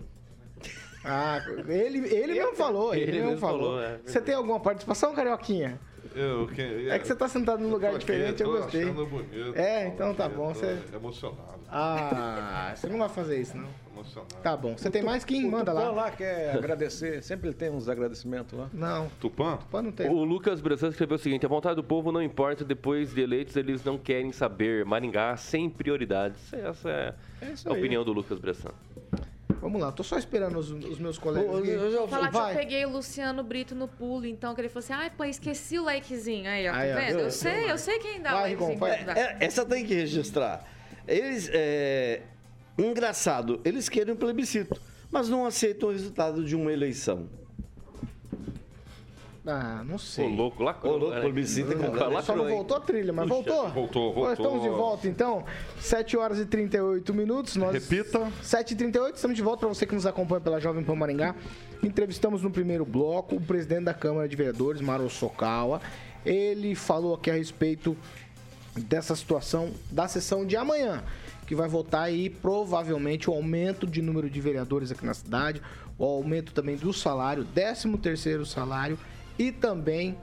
Ele mesmo falou. Ele mesmo falou. Você tem alguma participação, Carioquinha? É que você tá sentado num lugar diferente, eu gostei. Bonito, então tá bom. Você... Emocionado. Você não vai fazer isso, não. Emocionado. Tá bom. Você tem mais quem? Manda lá. O Tupã lá quer agradecer. Sempre ele tem uns agradecimentos lá. Não. Tupã não tem. O Lucas Bressan escreveu o seguinte: a vontade do povo não importa, depois de eleitos eles não querem saber. Maringá sem prioridades. Essa é a opinião do Lucas Bressan. Vamos lá, tô só esperando os meus colegas. Vou falar que eu peguei o Luciano Brito no pulo, então, que ele falou assim, pô, esqueci o likezinho. Aí, ó, tá vendo? Eu sei quem dá o likezinho. Essa tem que registrar. Eles, engraçado, eles querem um plebiscito, mas não aceitam o resultado de uma eleição. Não sei. Ô, louco, lacrou. Plebiscito só não voltou a trilha, mas voltou? Voltou. Nós estamos de volta, então. 7 horas e 38 minutos. Repita. 7h38, estamos de volta para você que nos acompanha pela Jovem Pan Maringá. Entrevistamos no primeiro bloco o presidente da Câmara de Vereadores, Mauro Sokawa. Ele falou aqui a respeito dessa situação da sessão de amanhã, que vai votar aí provavelmente o aumento de número de vereadores aqui na cidade, o aumento também do salário, 13º salário, e também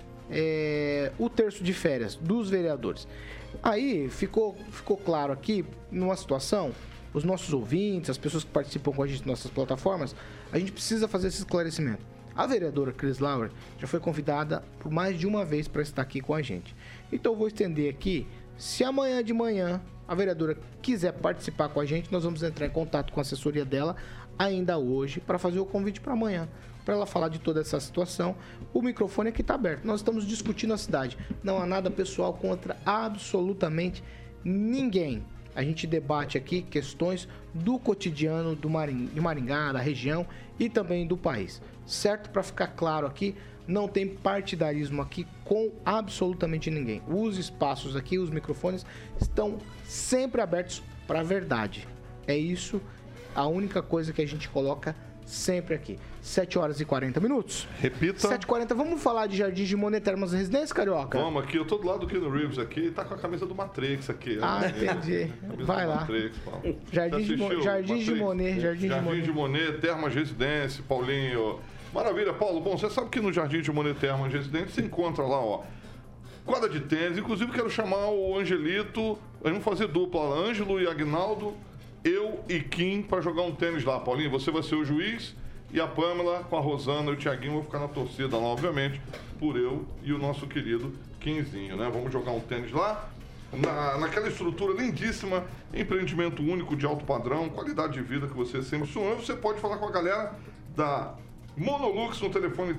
o terço de férias dos vereadores. Aí ficou claro aqui, numa situação, os nossos ouvintes, as pessoas que participam com a gente nas nossas plataformas, a gente precisa fazer esse esclarecimento. A vereadora Cris Lauer já foi convidada por mais de uma vez para estar aqui com a gente. Então eu vou estender aqui, se amanhã de manhã a vereadora quiser participar com a gente, nós vamos entrar em contato com a assessoria dela ainda hoje para fazer o convite para amanhã, para ela falar de toda essa situação. O microfone aqui está aberto. Nós estamos discutindo a cidade. Não há nada pessoal contra absolutamente ninguém. A gente debate aqui questões do cotidiano de Maringá, da região e também do país. Certo? Para ficar claro aqui, não tem partidarismo aqui com absolutamente ninguém. Os espaços aqui, os microfones, estão sempre abertos para a verdade. É isso, a única coisa que a gente coloca sempre aqui. 7 horas e 40 minutos. Repita. 7h40. Vamos falar de Jardim de Monet Termas Residência, Carioca? Vamos aqui. Eu tô do lado do Keanu Reeves aqui. Tá com a camisa do Matrix aqui. Entendi. Vai lá. Matrix, Jardim de Monet. Jardim de Monet Termas Residência, Paulinho. Maravilha, Paulo. Bom, você sabe que no Jardim de Monet Termas Residência você encontra lá, ó, quadra de tênis. Inclusive quero chamar o Angelito. Vamos fazer dupla. Ângelo e Agnaldo. Eu e Kim para jogar um tênis lá, Paulinho. Você vai ser o juiz e a Pâmela com a Rosana e o Thiaguinho vão ficar na torcida lá, obviamente, por eu e o nosso querido Quinzinho, né? Vamos jogar um tênis lá, naquela estrutura lindíssima, empreendimento único de alto padrão, qualidade de vida que você sempre sonhou. Você pode falar com a galera da Monolux no telefone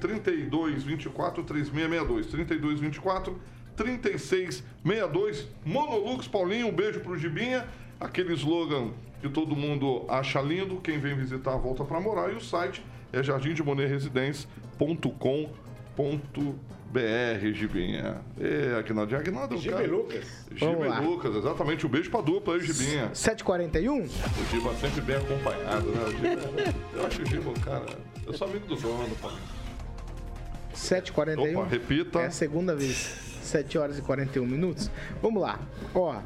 3224-3662. 3224-3662. Monolux, Paulinho, um beijo pro Gibinha. Aquele slogan que todo mundo acha lindo, quem vem visitar volta para morar, e o site é jardimdemoneresidência.com.br, Gibinha. Agnaldo é um cara... Lucas. Gibi Lucas, exatamente. Um beijo pra dupla aí, Gibinha. 7h41. O Giba sempre bem acompanhado, né? Eu acho o Giba, cara... Eu sou amigo do dono, Paulo. 7h41. Opa, repita. É a segunda vez. 7 horas e 41 minutos. Vamos lá. Ó...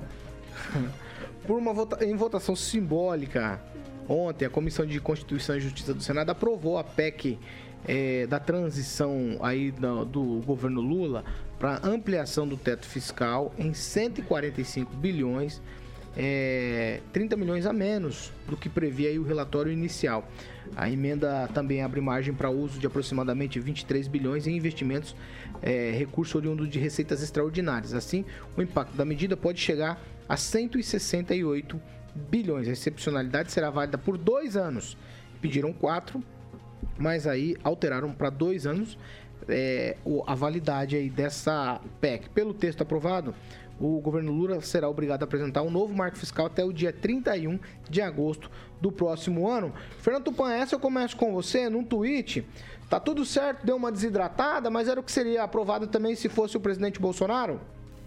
Em votação simbólica, ontem a Comissão de Constituição e Justiça do Senado aprovou a PEC da transição aí do governo Lula para ampliação do teto fiscal em 145 bilhões, 30 milhões a menos do que previa aí o relatório inicial. A emenda também abre margem para uso de aproximadamente 23 bilhões em investimentos, recurso oriundo de receitas extraordinárias. Assim, o impacto da medida pode chegar a 168 bilhões. A excepcionalidade será válida por 2 anos. Pediram 4, mas aí alteraram para 2 anos a validade aí dessa PEC. Pelo texto aprovado, o governo Lula será obrigado a apresentar um novo marco fiscal até o dia 31 de agosto do próximo ano. Fernando Tupan, essa eu começo com você num tweet. Tá tudo certo, deu uma desidratada, mas era o que seria aprovado também se fosse o presidente Bolsonaro?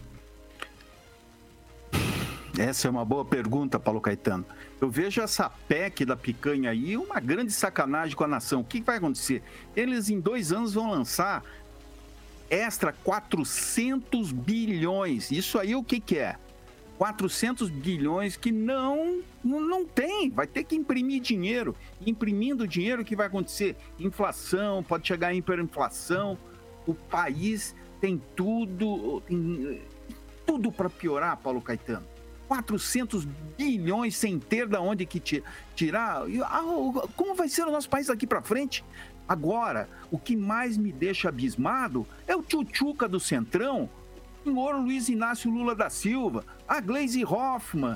Essa é uma boa pergunta, Paulo Caetano. Eu vejo essa PEC da picanha aí uma grande sacanagem com a nação. O que vai acontecer? Eles em 2 anos vão lançar extra 400 bilhões. Isso aí o que é? 400 bilhões que não tem. Vai ter que imprimir dinheiro. Imprimindo dinheiro, o que vai acontecer? Inflação, pode chegar a hiperinflação. O país tem tudo para piorar, Paulo Caetano. 400 bilhões sem ter de onde que tirar. Como vai ser o nosso país daqui para frente? Agora, o que mais me deixa abismado é o tchutchuca do Centrão, o senhor Luiz Inácio Lula da Silva, a Gleisi Hoffmann,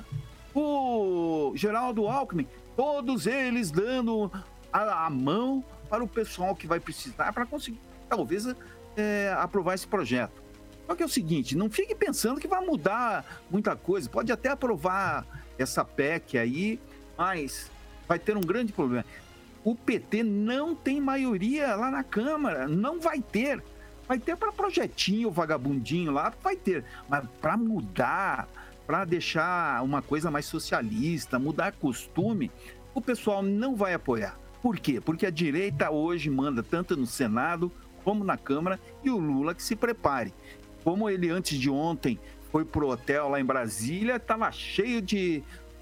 o Geraldo Alckmin, todos eles dando a mão para o pessoal que vai precisar para conseguir, talvez, aprovar esse projeto. Só que é o seguinte, não fique pensando que vai mudar muita coisa. Pode até aprovar essa PEC aí, mas vai ter um grande problema. O PT não tem maioria lá na Câmara, não vai ter. Vai ter para projetinho, vagabundinho lá, vai ter. Mas para mudar, para deixar uma coisa mais socialista, mudar costume, o pessoal não vai apoiar. Por quê? Porque a direita hoje manda tanto no Senado como na Câmara e o Lula que se prepare. Como ele antes de ontem foi pro hotel lá em Brasília, estava cheio de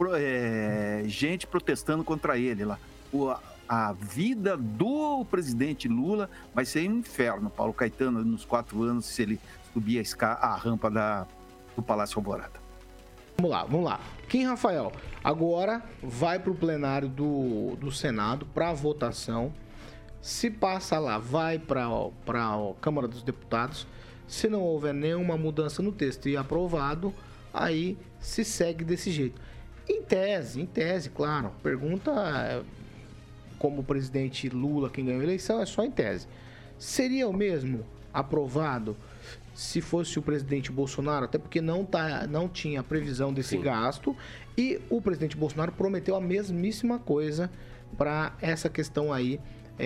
gente protestando contra ele lá. A vida do presidente Lula vai ser um inferno, Paulo Caetano, nos 4 anos, se ele subir a rampa do Palácio Alvorada. Vamos lá. Kim Rafael, agora vai para o plenário do Senado para votação. Se passa lá, vai para a Câmara dos Deputados. Se não houver nenhuma mudança no texto e aprovado, aí se segue desse jeito. Em tese, claro. Pergunta como o presidente Lula, quem ganhou a eleição, é só em tese. Seria o mesmo aprovado se fosse o presidente Bolsonaro? Até porque não tinha previsão desse gasto. E o presidente Bolsonaro prometeu a mesmíssima coisa para essa questão aí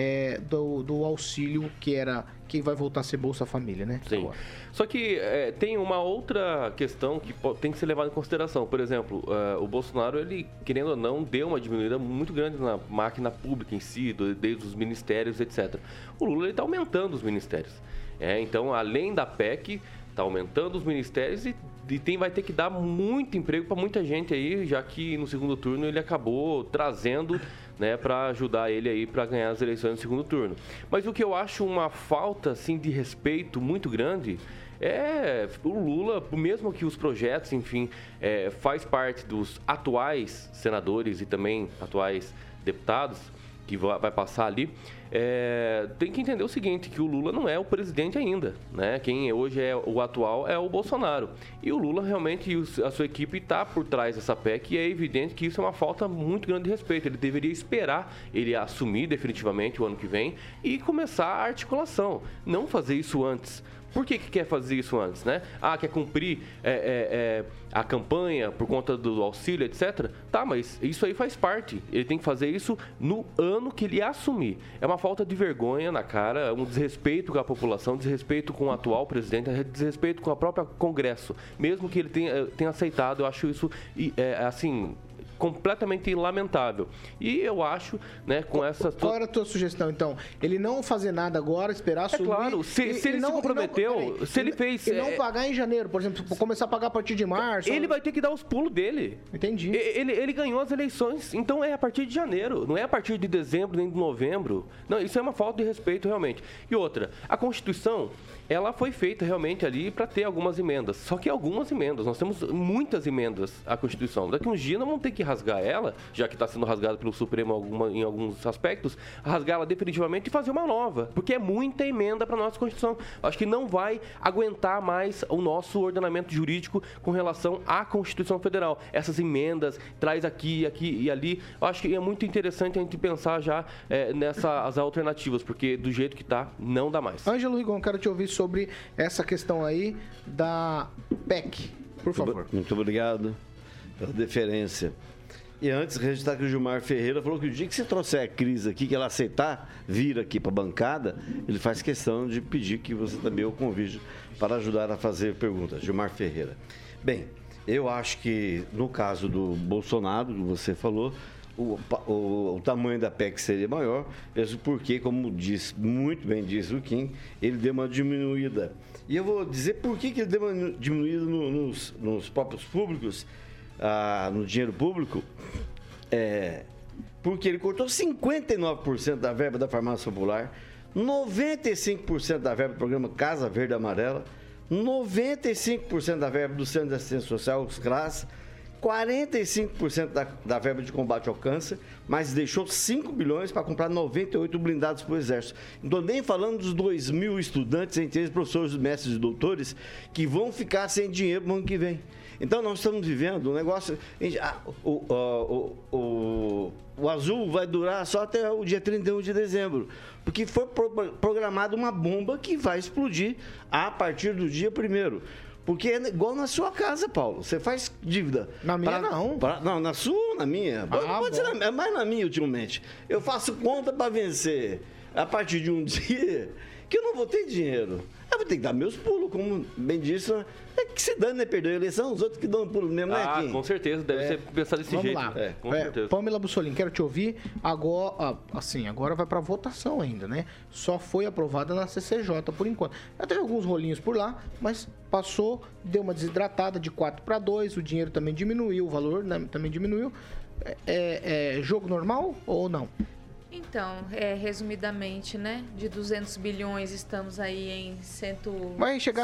do auxílio que vai voltar a ser Bolsa Família, né? Sim. Agora. Só que tem uma outra questão que tem que ser levada em consideração. Por exemplo, o Bolsonaro, ele, querendo ou não, deu uma diminuída muito grande na máquina pública em si, desde os ministérios, etc. O Lula está aumentando os ministérios. Então, além da PEC, está aumentando os ministérios e vai ter que dar muito emprego para muita gente aí, já que no segundo turno ele acabou trazendo, né, para ajudar ele aí para ganhar as eleições no segundo turno. Mas o que eu acho uma falta assim de respeito muito grande é o Lula, mesmo que os projetos, enfim, faz parte dos atuais senadores e também atuais deputados que vai passar ali, tem que entender o seguinte, que o Lula não é o presidente ainda, né? Quem hoje é o atual é o Bolsonaro. E o Lula realmente, a sua equipe está por trás dessa PEC e é evidente que isso é uma falta muito grande de respeito. Ele deveria esperar ele assumir definitivamente o ano que vem e começar a articulação, não fazer isso antes. Por que quer fazer isso antes, né? Quer cumprir a campanha por conta do auxílio, etc. Tá, mas isso aí faz parte. Ele tem que fazer isso no ano que ele assumir. É uma falta de vergonha na cara, um desrespeito com a população, desrespeito com o atual presidente, desrespeito com a própria Congresso. Mesmo que ele tenha aceitado, eu acho isso, assim, completamente lamentável. E eu acho, né, com essa... Qual era a tua sugestão, então? Ele não fazer nada agora, esperar assumir... Claro, se ele se comprometeu, se ele fez... E não pagar em janeiro, por exemplo, começar a pagar a partir de março... Ele vai ter que dar os pulos dele. Entendi. Ele ganhou as eleições, então é a partir de janeiro, não é a partir de dezembro nem de novembro. Não, isso é uma falta de respeito, realmente. E outra, a Constituição, ela foi feita realmente ali para ter algumas emendas. Só que algumas emendas, nós temos muitas emendas à Constituição. Daqui uns dias nós vamos ter que rasgar ela, já que está sendo rasgada pelo Supremo em alguns aspectos, rasgar ela definitivamente e fazer uma nova, porque é muita emenda para a nossa Constituição. Acho que não vai aguentar mais o nosso ordenamento jurídico com relação à Constituição Federal. Essas emendas, traz aqui e ali, eu acho que é muito interessante a gente pensar já nessas alternativas, porque do jeito que está, não dá mais. Ângelo Rigon, quero te ouvir sobre essa questão aí da PEC. Por favor. Muito obrigado pela deferência. E antes, registrar que o Gilmar Ferreira falou que o dia que você trouxer a Cris aqui, que ela aceitar vir aqui para a bancada, ele faz questão de pedir que você também o convide para ajudar a fazer perguntas. Gilmar Ferreira. Bem, eu acho que no caso do Bolsonaro, que você falou, o tamanho da PEC seria maior, mesmo porque, como muito bem disse o Kim, ele deu uma diminuída. E eu vou dizer por que ele deu uma diminuída nos próprios públicos, no dinheiro público, porque ele cortou 59% da verba da farmácia popular, 95% da verba do programa Casa Verde Amarela, 95% da verba do Centro de Assistência Social, os CRAS, 45% da verba de combate ao câncer, mas deixou 5 bilhões para comprar 98 blindados para o Exército. Não estou nem falando dos 2.000 estudantes, entre eles professores, mestres e doutores, que vão ficar sem dinheiro no ano que vem. Então, nós estamos vivendo um negócio... O azul vai durar só até o dia 31 de dezembro, porque foi programada uma bomba que vai explodir a partir do dia 1º. Porque é igual na sua casa, Paulo. Você faz dívida. Na minha, não. Não, na sua ou na minha? Pode ser mais na minha, ultimamente. Eu faço conta para vencer a partir de um dia que eu não vou ter dinheiro. Eu vou ter que dar meus pulos, como bem disse. É que se dane, né? Perdeu a eleição, os outros que dão pulo mesmo, né, Kim? Com certeza, deve ser pensar desse Vamos jeito. lá. Com certeza. Pamela Bussolini, quero te ouvir. Agora, agora vai para votação ainda, né? Só foi aprovada na CCJ por enquanto. Já teve alguns rolinhos por lá, mas passou, deu uma desidratada de 4-2, o dinheiro também diminuiu, o valor, né, também diminuiu. É jogo normal ou não? Então, resumidamente, né? De 200 bilhões, estamos aí em vai chegar a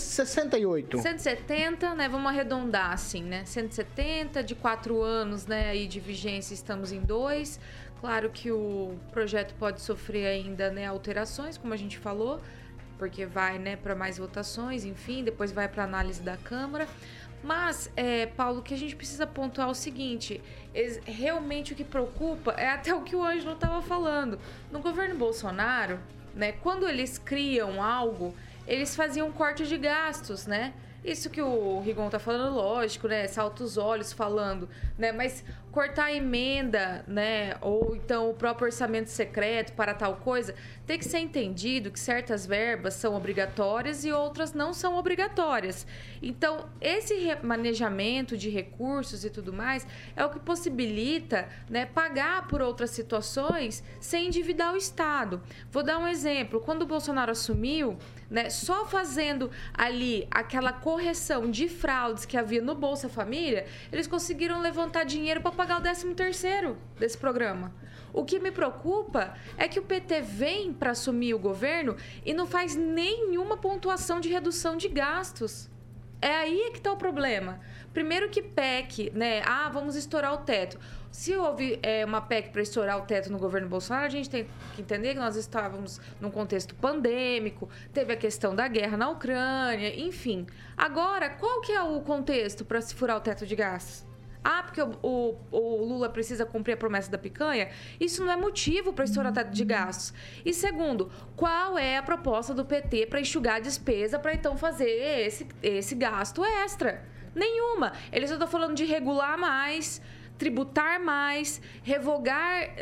168. 170, né? Vamos arredondar assim, né? 170, de 4 anos, né? Aí de vigência, estamos em 2. Claro que o projeto pode sofrer ainda, né? Alterações, como a gente falou, porque vai, né? Para mais votações, enfim, depois vai para análise da Câmara. Mas, Paulo, o que a gente precisa pontuar é o seguinte, realmente o que preocupa é até o que o Ângelo estava falando. No governo Bolsonaro, né, quando eles criam algo, eles faziam corte de gastos, né? Isso que o Rigon tá falando, lógico, né? Salta os olhos falando, né? Mas cortar a emenda, né? Ou então o próprio orçamento secreto para tal coisa, tem que ser entendido que certas verbas são obrigatórias e outras não são obrigatórias. Então, esse manejamento de recursos e tudo mais é o que possibilita, né, pagar por outras situações sem endividar o Estado. Vou dar um exemplo. Quando o Bolsonaro assumiu, né, só fazendo ali aquela correção de fraudes que havia no Bolsa Família, eles conseguiram levantar dinheiro para pagar o 13º desse programa. O que me preocupa é que o PT vem para assumir o governo e não faz nenhuma pontuação de redução de gastos. É aí que está o problema. Primeiro que PEC, né? Vamos estourar o teto. Se houve uma PEC para estourar o teto no governo Bolsonaro, a gente tem que entender que nós estávamos num contexto pandêmico, teve a questão da guerra na Ucrânia, enfim. Agora, qual que é o contexto para se furar o teto de gastos? Porque o Lula precisa cumprir a promessa da picanha? Isso não é motivo para estourar o teto de gastos. E segundo, qual é a proposta do PT para enxugar a despesa para então fazer esse gasto extra? Nenhuma. Eles estão falando de regular mais, tributar mais, revogar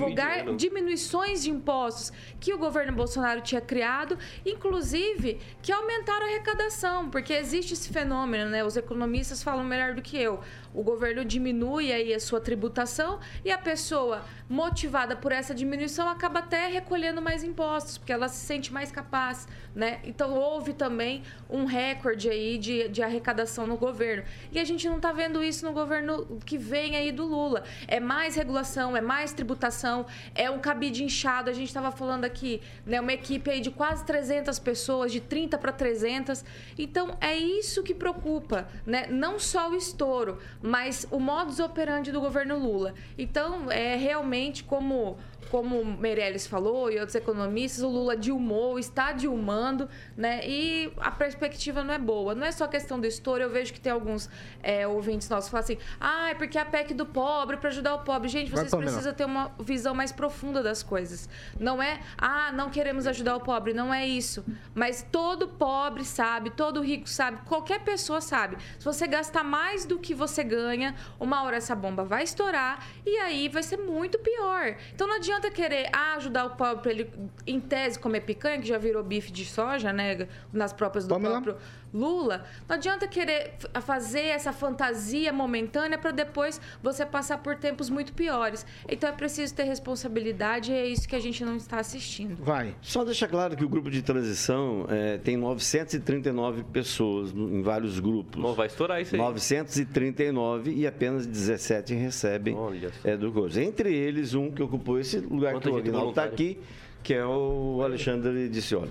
diminuições de impostos que o governo Bolsonaro tinha criado, inclusive que aumentaram a arrecadação, porque existe esse fenômeno, né? Os economistas falam melhor do que eu. O governo diminui aí a sua tributação e a pessoa motivada por essa diminuição acaba até recolhendo mais impostos, porque ela se sente mais capaz, né? Então houve também um recorde aí de arrecadação no governo. E a gente não está vendo isso no governo que vem aí do Lula. É mais regulação, é mais tributação, é um cabide inchado. A gente estava falando aqui, né? Uma equipe aí de quase 300 pessoas, de 30 para 300. Então é isso que preocupa, né? Não só o estouro, mas o modus operandi do governo Lula. Então, realmente, como Meirelles falou e outros economistas, o Lula dilmou, está dilmando, né? E a perspectiva não é boa. Não é só questão do estouro. Eu vejo que tem alguns ouvintes nossos que falam assim, é porque a PEC do do pobre para ajudar o pobre. Gente, vocês precisam ter uma visão mais profunda das coisas. Não é, não queremos ajudar o pobre. Não é isso. Mas todo pobre sabe, todo rico sabe, qualquer pessoa sabe. Se você gastar mais do que você ganha, uma hora essa bomba vai estourar e aí vai ser muito pior. Então não adianta querer ajudar o pobre para ele, em tese, comer picanha, que já virou bife de soja, né? Nas próprias do próprio Lula. Não adianta querer fazer essa fantasia momentânea para depois você passar por tempos muito piores. Então é preciso ter responsabilidade e é isso que a gente não está assistindo. Só deixa claro que o grupo de transição tem 939 pessoas em vários grupos. Não vai estourar isso aí. 939 e apenas 17 recebem do curso. Entre eles, um que ocupou esse lugar que o Aguinaldo está aqui, que é o Alexandre Dicioli.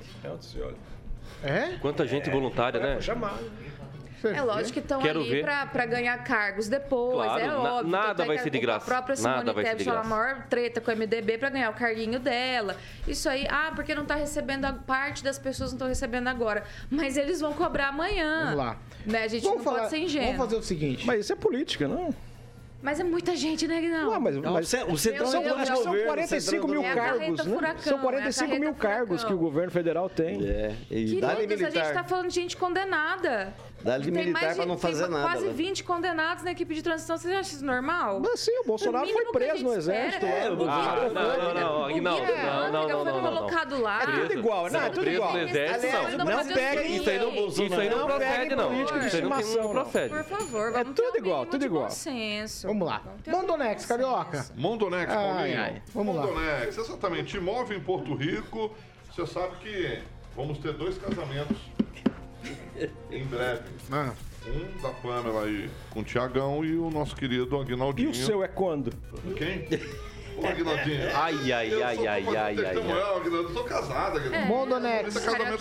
Quanta gente voluntária, né? É lógico que estão ali para ganhar cargos depois, claro, é óbvio. Nada vai ser de graça. A própria Simone Tebet foi a maior treta com o MDB para ganhar o carguinho dela. Isso aí, porque não está recebendo, parte das pessoas não estão recebendo agora. Mas eles vão cobrar amanhã. Vamos lá. Né? A gente não pode ser ingênuo. Vamos fazer o seguinte. Mas isso é política, não? Mas é muita gente, né, Guinaldo? Não, mas o Centrão são 45 mil cargos, né? São 45 mil cargos que o governo federal tem. E dá-lhe militar. A gente está falando de gente condenada. Dá-lhe militar para não fazer nada. Quase 20 condenados na equipe de transição. Você acha isso normal? Mas sim, o Bolsonaro foi preso no exército. Não, Aguinaldo, não. Foi colocado lá. É tudo igual, né? É tudo igual. Não pegue isso aí não procede, não. Isso aí não procede. Por favor, vamos tudo igual. Consenso. Vamos lá. Mondonex, Carioca. Mondonex, Paulinho. Vamos lá. Mondonex, exatamente. Imóvel em Porto Rico. Você sabe que vamos ter 2 casamentos em breve. Um da Pamela aí com o Tiagão e o nosso querido Aguinaldinho. E o seu é quando? Quem? O Aguinaldinho. Ai. Eu sou casado, Aguinaldo. Mondonex,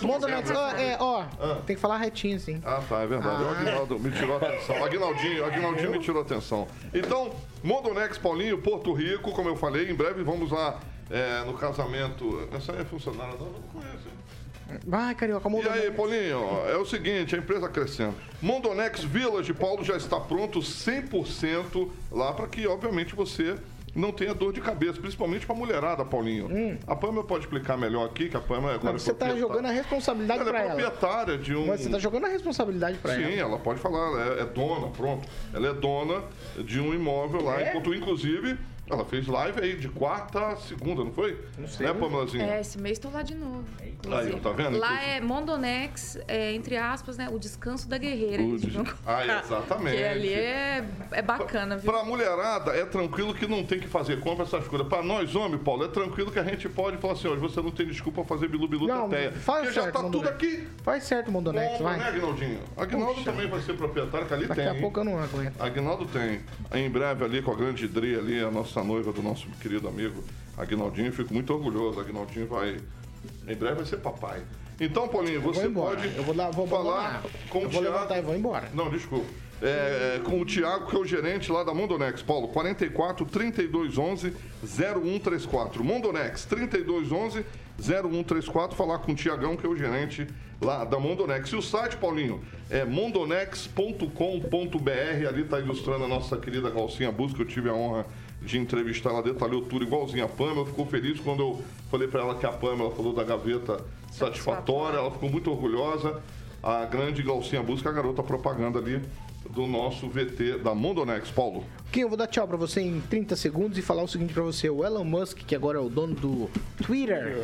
tem que falar retinho, sim. É verdade. O Aguinaldo me tirou a atenção. Aguinaldinho me tirou a atenção. Então, Mondonex, Paulinho, Porto Rico, como eu falei, em breve vamos lá no casamento. Essa aí é funcionária, não conheço, hein? Vai, Carioca, Mondonex. E aí, Paulinho, é o seguinte, a empresa crescendo. Mondonex Village, Paulo, já está pronto 100% lá para que, obviamente, você não tenha dor de cabeça, principalmente para mulherada, Paulinho. A Pamela pode explicar melhor aqui, que a Pamela agora você está jogando a responsabilidade para ela. Ela é proprietária de um... Mas você está jogando a responsabilidade para ela. Sim, ela pode falar, é dona, pronto. Ela é dona de um imóvel lá, enquanto, inclusive... Ela fez live aí de quarta a segunda, não foi? Não sei. Né, Pamelazinha? Esse mês estou lá de novo. Aí, tá vendo? Lá é Mondonex, entre aspas, né? O descanso da guerreira. Exatamente. Que ali é bacana, viu? Pra mulherada, é tranquilo que não tem que fazer compra, essas coisas. Pra nós, homens, Paulo, é tranquilo que a gente pode falar assim, hoje você não tem desculpa fazer bilu-bilu teteia. Porque já tá tudo aqui. Faz certo, Mondonex, vai. Né, Aguinaldinho? Aguinaldo também vai ser proprietário, que ali tem. Daqui a pouco eu não aguento. Aguinaldo tem. Em breve ali com a grande Dri ali, a nossa noiva do nosso querido amigo Aguinaldinho. Fico muito orgulhoso. Aguinaldinho em breve vai ser papai. Então, Paulinho, você pode falar com o Thiago. Vou levantar e vou embora. Não, desculpa. Com o Thiago, que é o gerente lá da Mondonex, Paulo, 44 32 11 0134. Mondonex 32 11 0134. Falar com o Tiagão, que é o gerente lá da Mondonex. E o site, Paulinho, é mondonex.com.br. Ali está ilustrando a nossa querida Galcinha Busca. Eu tive a honra de entrevistar, ela detalhou tudo igualzinho a Pamela. Ficou feliz quando eu falei para ela que a Pamela falou da gaveta satisfatória. Ela ficou muito orgulhosa. A grande Galcinha Busca, a garota propaganda ali do nosso VT da Mondonex. Paulo. Kim, eu vou dar tchau pra você em 30 segundos e falar o seguinte pra você. O Elon Musk, que agora é o dono do Twitter,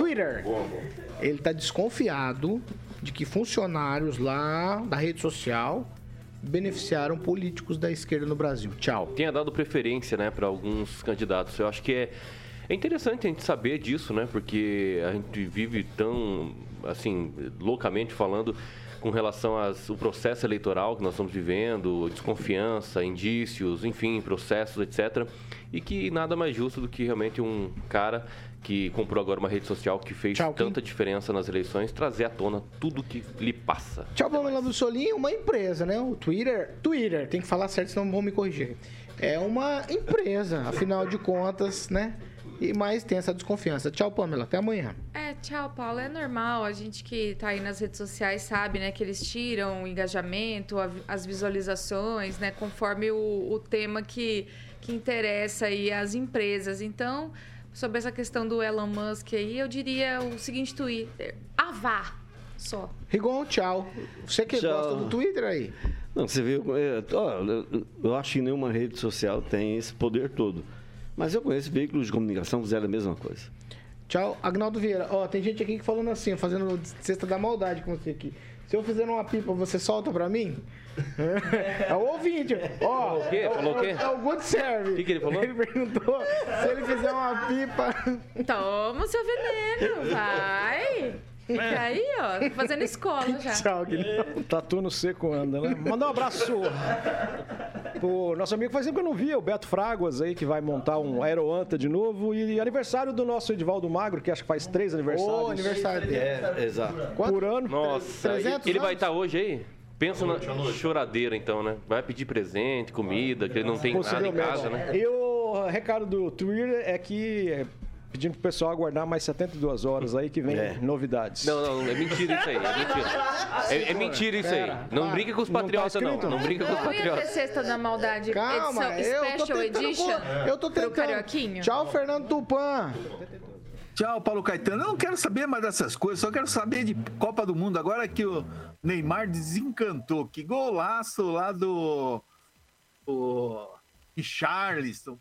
ele tá desconfiado de que funcionários lá da rede social beneficiaram políticos da esquerda no Brasil. Tchau. Tenha dado preferência, né, para alguns candidatos. Eu acho que é interessante a gente saber disso, né, porque a gente vive tão, assim, loucamente falando com relação ao processo eleitoral que nós estamos vivendo, desconfiança, indícios, enfim, processos, etc. E que nada mais justo do que realmente um cara que comprou agora uma rede social que fez tanta diferença nas eleições, trazer à tona tudo que lhe passa. Tchau, Pamela Bussolini, uma empresa, né? O Twitter, tem que falar certo, senão vão me corrigir. É uma empresa, afinal de contas, né? e mais tem essa desconfiança. Tchau, Pamela. Até amanhã. Tchau, Paulo. É normal. A gente que tá aí nas redes sociais sabe, né, que eles tiram o engajamento, as visualizações, né, conforme o tema que interessa aí às empresas. Então, sobre essa questão do Elon Musk aí, eu diria o seguinte Twitter: avá só. Rigon, tchau. Você que gosta do Twitter aí? Não, você viu, eu acho que nenhuma rede social tem esse poder todo. Mas eu conheço veículos de comunicação que fizeram a mesma coisa. Tchau, Agnaldo Vieira. Tem gente aqui que falando assim, fazendo cesta da maldade com você aqui. Se eu fizer uma pipa, você solta pra mim? É o ouvinte. Falou o quê? Falou o quê? É o Good Serve. O que ele falou? Ele perguntou se ele fizer uma pipa... Toma o seu veneno, vai. Fica aí, ó, fazendo escola já. Tchau, Guilherme. Tatu no seco anda, né? Mandar um abraço pro nosso amigo, faz tempo que eu não via, o Beto Fraguas aí, que vai montar um Aeroanta de novo. E aniversário do nosso Edivaldo Magro, que acho que faz 3 aniversários. Aniversário dele. Exato. Por ano. Nossa, 300 ele vai estar hoje aí? Pensa na choradeira, então, né? Vai pedir presente, comida, que ele não tem nada em casa, né? E o recado do Twitter é que... pedindo pro pessoal aguardar mais 72 horas aí que vem novidades. Não, é mentira isso aí, é mentira. É mentira isso aí. Não brinca com os patriotas, não. Não brinca com os Não ia ter patriotas. Cesta da Maldade, Calma, edição eu tô Special tentando... Edition Eu tô pro tentando. Carioquinho. Tchau, Fernando Tupan. Tchau, Paulo Caetano. Eu não quero saber mais dessas coisas, só quero saber de Copa do Mundo. Agora que o Neymar desencantou. Que golaço lá do Richarlison.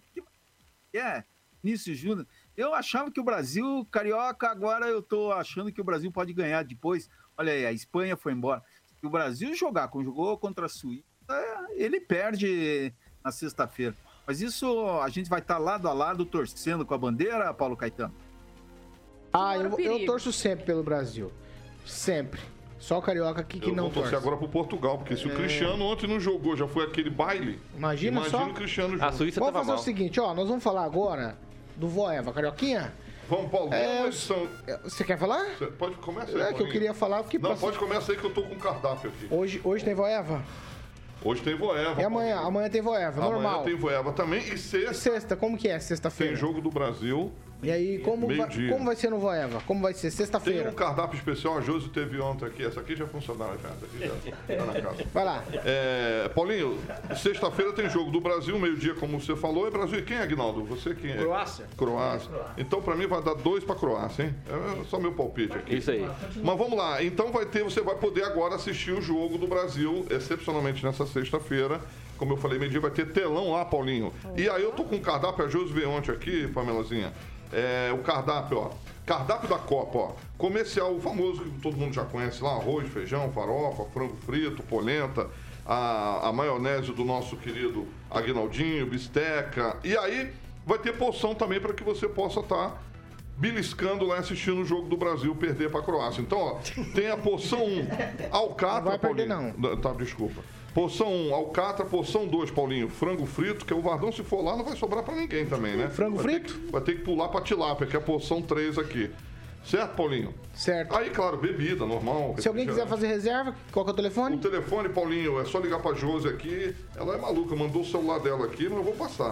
Vinícius Júnior. Eu achava que o Brasil, carioca, agora eu tô achando que o Brasil pode ganhar depois. Olha aí, a Espanha foi embora. Se o Brasil jogou contra a Suíça, ele perde na sexta-feira. Mas isso a gente vai estar lado a lado torcendo com a bandeira, Paulo Caetano? Eu torço sempre pelo Brasil. Sempre. Só o carioca aqui que não torce. Eu vou torcer agora pro Portugal, porque se o Cristiano ontem não jogou, já foi aquele baile. Imagina só. o Cristiano jogando. A Suíça Vamos tava fazer mal. o seguinte, nós vamos falar agora do Voeva, Carioquinha. Vamos, Paulo, Você quer falar? Pode começar aí, que eu queria falar. Porque pode começar aí que eu tô com o cardápio aqui. Hoje tem Voeva? Hoje tem Voeva. E amanhã? Amanhã tem Voeva, normal. Amanhã tem Voeva também. E sexta? Como que é sexta-feira? Tem jogo do Brasil. E aí, como vai ser no Voeva? Como vai ser? Sexta-feira? Tem um cardápio especial, a Josi teve ontem aqui. Essa aqui já funcionava já. Essa aqui já tá na casa. Vai lá. Paulinho, sexta-feira tem jogo do Brasil, meio-dia, como você falou. É Brasil e quem, Aguinaldo? Você quem é? Croácia. Então, pra mim, vai dar 2 pra Croácia, hein? É só meu palpite aqui. Isso aí. Mas vamos lá. Então, você vai poder agora assistir o jogo do Brasil, excepcionalmente nessa sexta-feira. Como eu falei, meio-dia vai ter telão lá, Paulinho. E aí eu tô com o cardápio, a Josi veio ontem aqui, Pamelazinha. O cardápio, cardápio da Copa, comercial, o famoso que todo mundo já conhece lá, arroz, feijão, farofa, frango frito, polenta, a maionese do nosso querido Aguinaldinho, bisteca, e aí vai ter porção também para que você possa estar beliscando lá assistindo o jogo do Brasil perder para a Croácia. Então, tem a porção 1, alcatra, não vai perder, Paulinho. não. Tá, desculpa. Porção 1, alcatra. Porção 2, Paulinho, frango frito, que o Vardão, se for lá, não vai sobrar pra ninguém também, né? Frango frito? Vai ter que pular pra tilápia, que é a porção 3 aqui. Certo, Paulinho? Certo. Aí, claro, bebida, normal. Se alguém quiser fazer reserva, qual que é o telefone? O telefone, Paulinho, é só ligar pra Josi aqui. Ela é maluca, mandou o celular dela aqui, mas eu vou passar.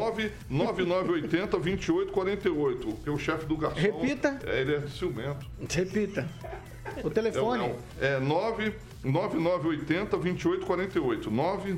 99980-2848, que é o chefe do garçom. Repita. Ele é ciumento. Repita. O telefone? É 9980-2848.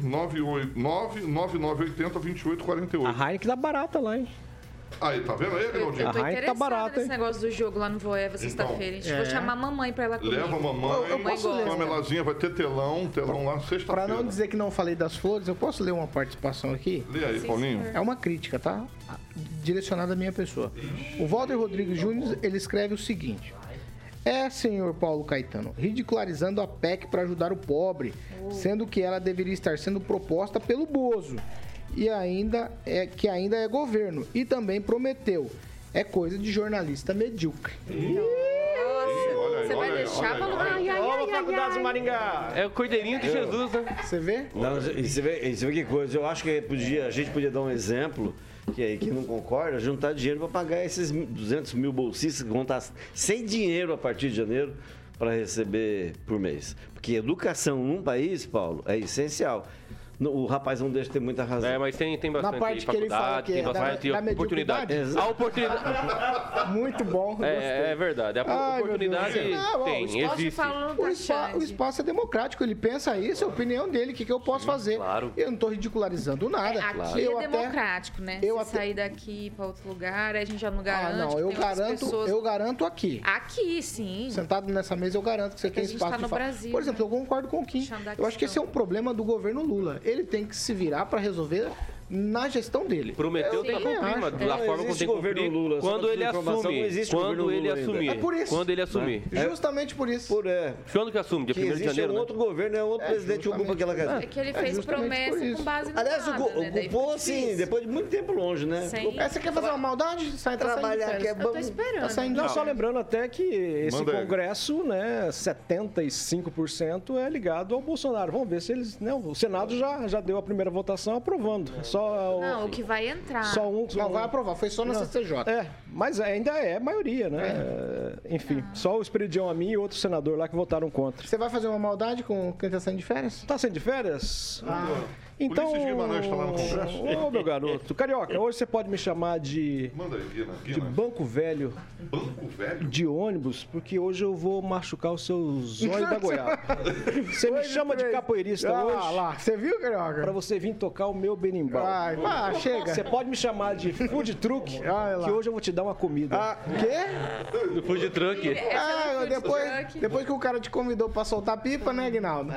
9980-2848. A Heineken tá barata lá, hein? Aí, tá vendo aí, Aguinaldinho? Eu tô interessada nesse negócio do jogo lá no Voeva sexta-feira. A gente vai chamar a mamãe pra ela comigo. Leva a mamãe, eu posso ler. Pamelazinha, vai ter telão lá sexta-feira. Pra não dizer que não falei das flores, eu posso ler uma participação aqui? Lê aí, Paulinho. É uma crítica, tá? Direcionada à minha pessoa. O Walter Rodrigues Júnior, ele escreve o seguinte: senhor Paulo Caetano, ridicularizando a PEC para ajudar o pobre, sendo que ela deveria estar sendo proposta pelo Bozo. E ainda é governo. E também prometeu. É coisa de jornalista medíocre. Nossa, você vai deixar, Paulo? Faculdade de Maringá. É o Cordeirinho de Jesus, né? Você vê? Não, e você vê que coisa. Eu acho que a gente podia dar um exemplo, que aí quem não concorda, juntar dinheiro para pagar esses 200 mil bolsistas que vão estar sem dinheiro a partir de janeiro para receber por mês. Porque educação num país, Paulo, é essencial. O rapaz não deixa ter muita razão. Mas tem bastante Na parte que ele fala que tem é bastante da oportunidade. A oportunidade. Muito bom. É verdade. A oportunidade tem, existe. O espaço é democrático, ele pensa isso, é a opinião dele, o que eu posso fazer. Claro. Eu não estou ridicularizando nada. Aqui é democrático, né? Se sair daqui para outro lugar, a gente já não garante. Não, eu garanto aqui. Aqui, sim. Sentado nessa mesa, eu garanto que você tem espaço de falar. Por exemplo, eu concordo com o Kim. Eu acho que esse é um problema do governo Lula. Ele tem que se virar para resolver na gestão dele. Prometeu tá cumprindo, mas da forma como tem que cumprir, Lula, quando ele assumir. É por isso. Quando ele assumir. Justamente por isso. Quando que assume? Dia 1º de janeiro, outro governo, é outro presidente que ocupa aquela casa. É que ele fez promessa com base no Aliás, ocupou assim, depois de muito tempo longe, né? Você quer fazer uma maldade? Sai trabalhar, que é bom. Eu tô esperando. Não, só lembrando até que esse Congresso, né, 75% é ligado ao Bolsonaro. Vamos ver se eles... Né, o Senado já deu a primeira votação aprovando. Não, o que vai entrar. Só um. Não vai aprovar, foi só na CCJ. Mas ainda é maioria, né? Enfim, só o Esperidião a mim e outro senador lá que votaram contra. Você vai fazer uma maldade com quem tá saindo de férias? Tá saindo de férias? Então, Ulisses Guimarães está lá no Congresso. Ô, meu garoto. Carioca, hoje você pode me chamar de... Manda aí, Guina. De banco velho. Banco velho? De ônibus, porque hoje eu vou machucar os seus olhos da goiaba. Você me chama de capoeirista hoje. Lá, você viu, Carioca? Pra você vir tocar o meu berimbau. Chega. Você pode me chamar de food truck, que hoje eu vou te dar uma comida. Quê? Do food truck. Depois que o cara te convidou pra soltar pipa, né, Guinaldo?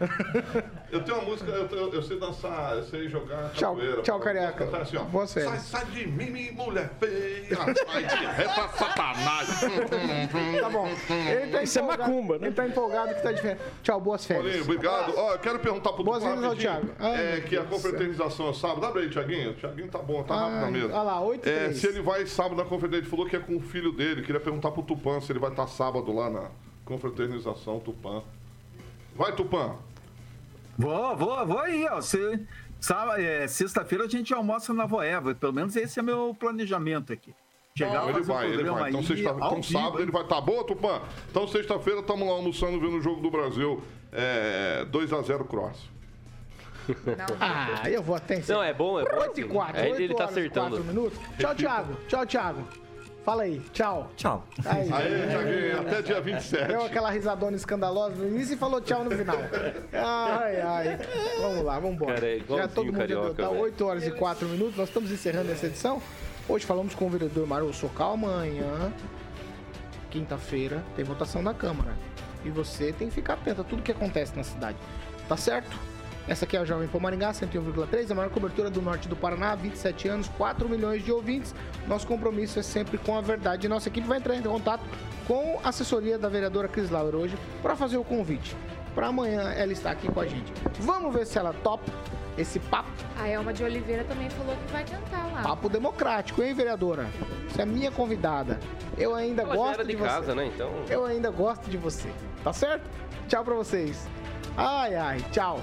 Eu tenho uma música, eu sei dançar, eu sei jogar capoeira. Tchau, Carioca. Cantar assim, ó. Você. Sai de mim, mulher feia. Sai de ré pra satanás. Tá bom. Isso é macumba, né? Ele tá empolgado que tá de férias. Tchau, boas férias. Paulinho, obrigado. Eu quero perguntar pro Boas-vindas ao Thiago. Que a confraternização é sábado. Dá pra aí, Thiaguinho. O Thiaguinho tá bom, tá rápido na mesa. Olha lá, 8h03. Se ele vai sábado na confraternização, ele falou que é com o filho dele. Queria perguntar pro Tupã se ele vai estar sábado lá na confraternização, Tupã. Vai, Tupã. Vou aí, ó. Sexta-feira a gente almoça na Voeva. Pelo menos esse é meu planejamento aqui. Chegar ele vai. Então, sábado ele vai estar. Boa, Tupã? Então, sexta-feira, estamos lá almoçando, vendo o Jogo do Brasil. 2x0 Croácia. Eu vou até Não, é bom. 8h04. Ele tá acertando. Tchau, Thiago. Tchau, Thiago. Fala aí, tchau. Tchau. Aí, Thiaguinho, até dia 27. Deu aquela risadona escandalosa no início e falou tchau no final. Ai. Vamos lá, vamos embora. Já todo mundo carioca, tá 8h04. Nós estamos encerrando essa edição. Hoje falamos com o vereador Mário Socal. Amanhã, quinta-feira, tem votação na Câmara. E você tem que ficar atento a tudo que acontece na cidade. Tá certo? Essa aqui é a Jovem Pan Maringá, 101,3, a maior cobertura do norte do Paraná, 27 anos, 4 milhões de ouvintes. Nosso compromisso é sempre com a verdade. E nossa equipe vai entrar em contato com a assessoria da vereadora Cris Lauer hoje para fazer o convite. Para amanhã ela estar aqui com a gente. Vamos ver se ela topa esse papo. A Elma de Oliveira também falou que vai cantar lá. Papo democrático, hein, vereadora? Você é minha convidada. Eu ainda gosto de você. Casa, né? Então... Eu ainda gosto de você. Tá certo? Tchau para vocês. Tchau.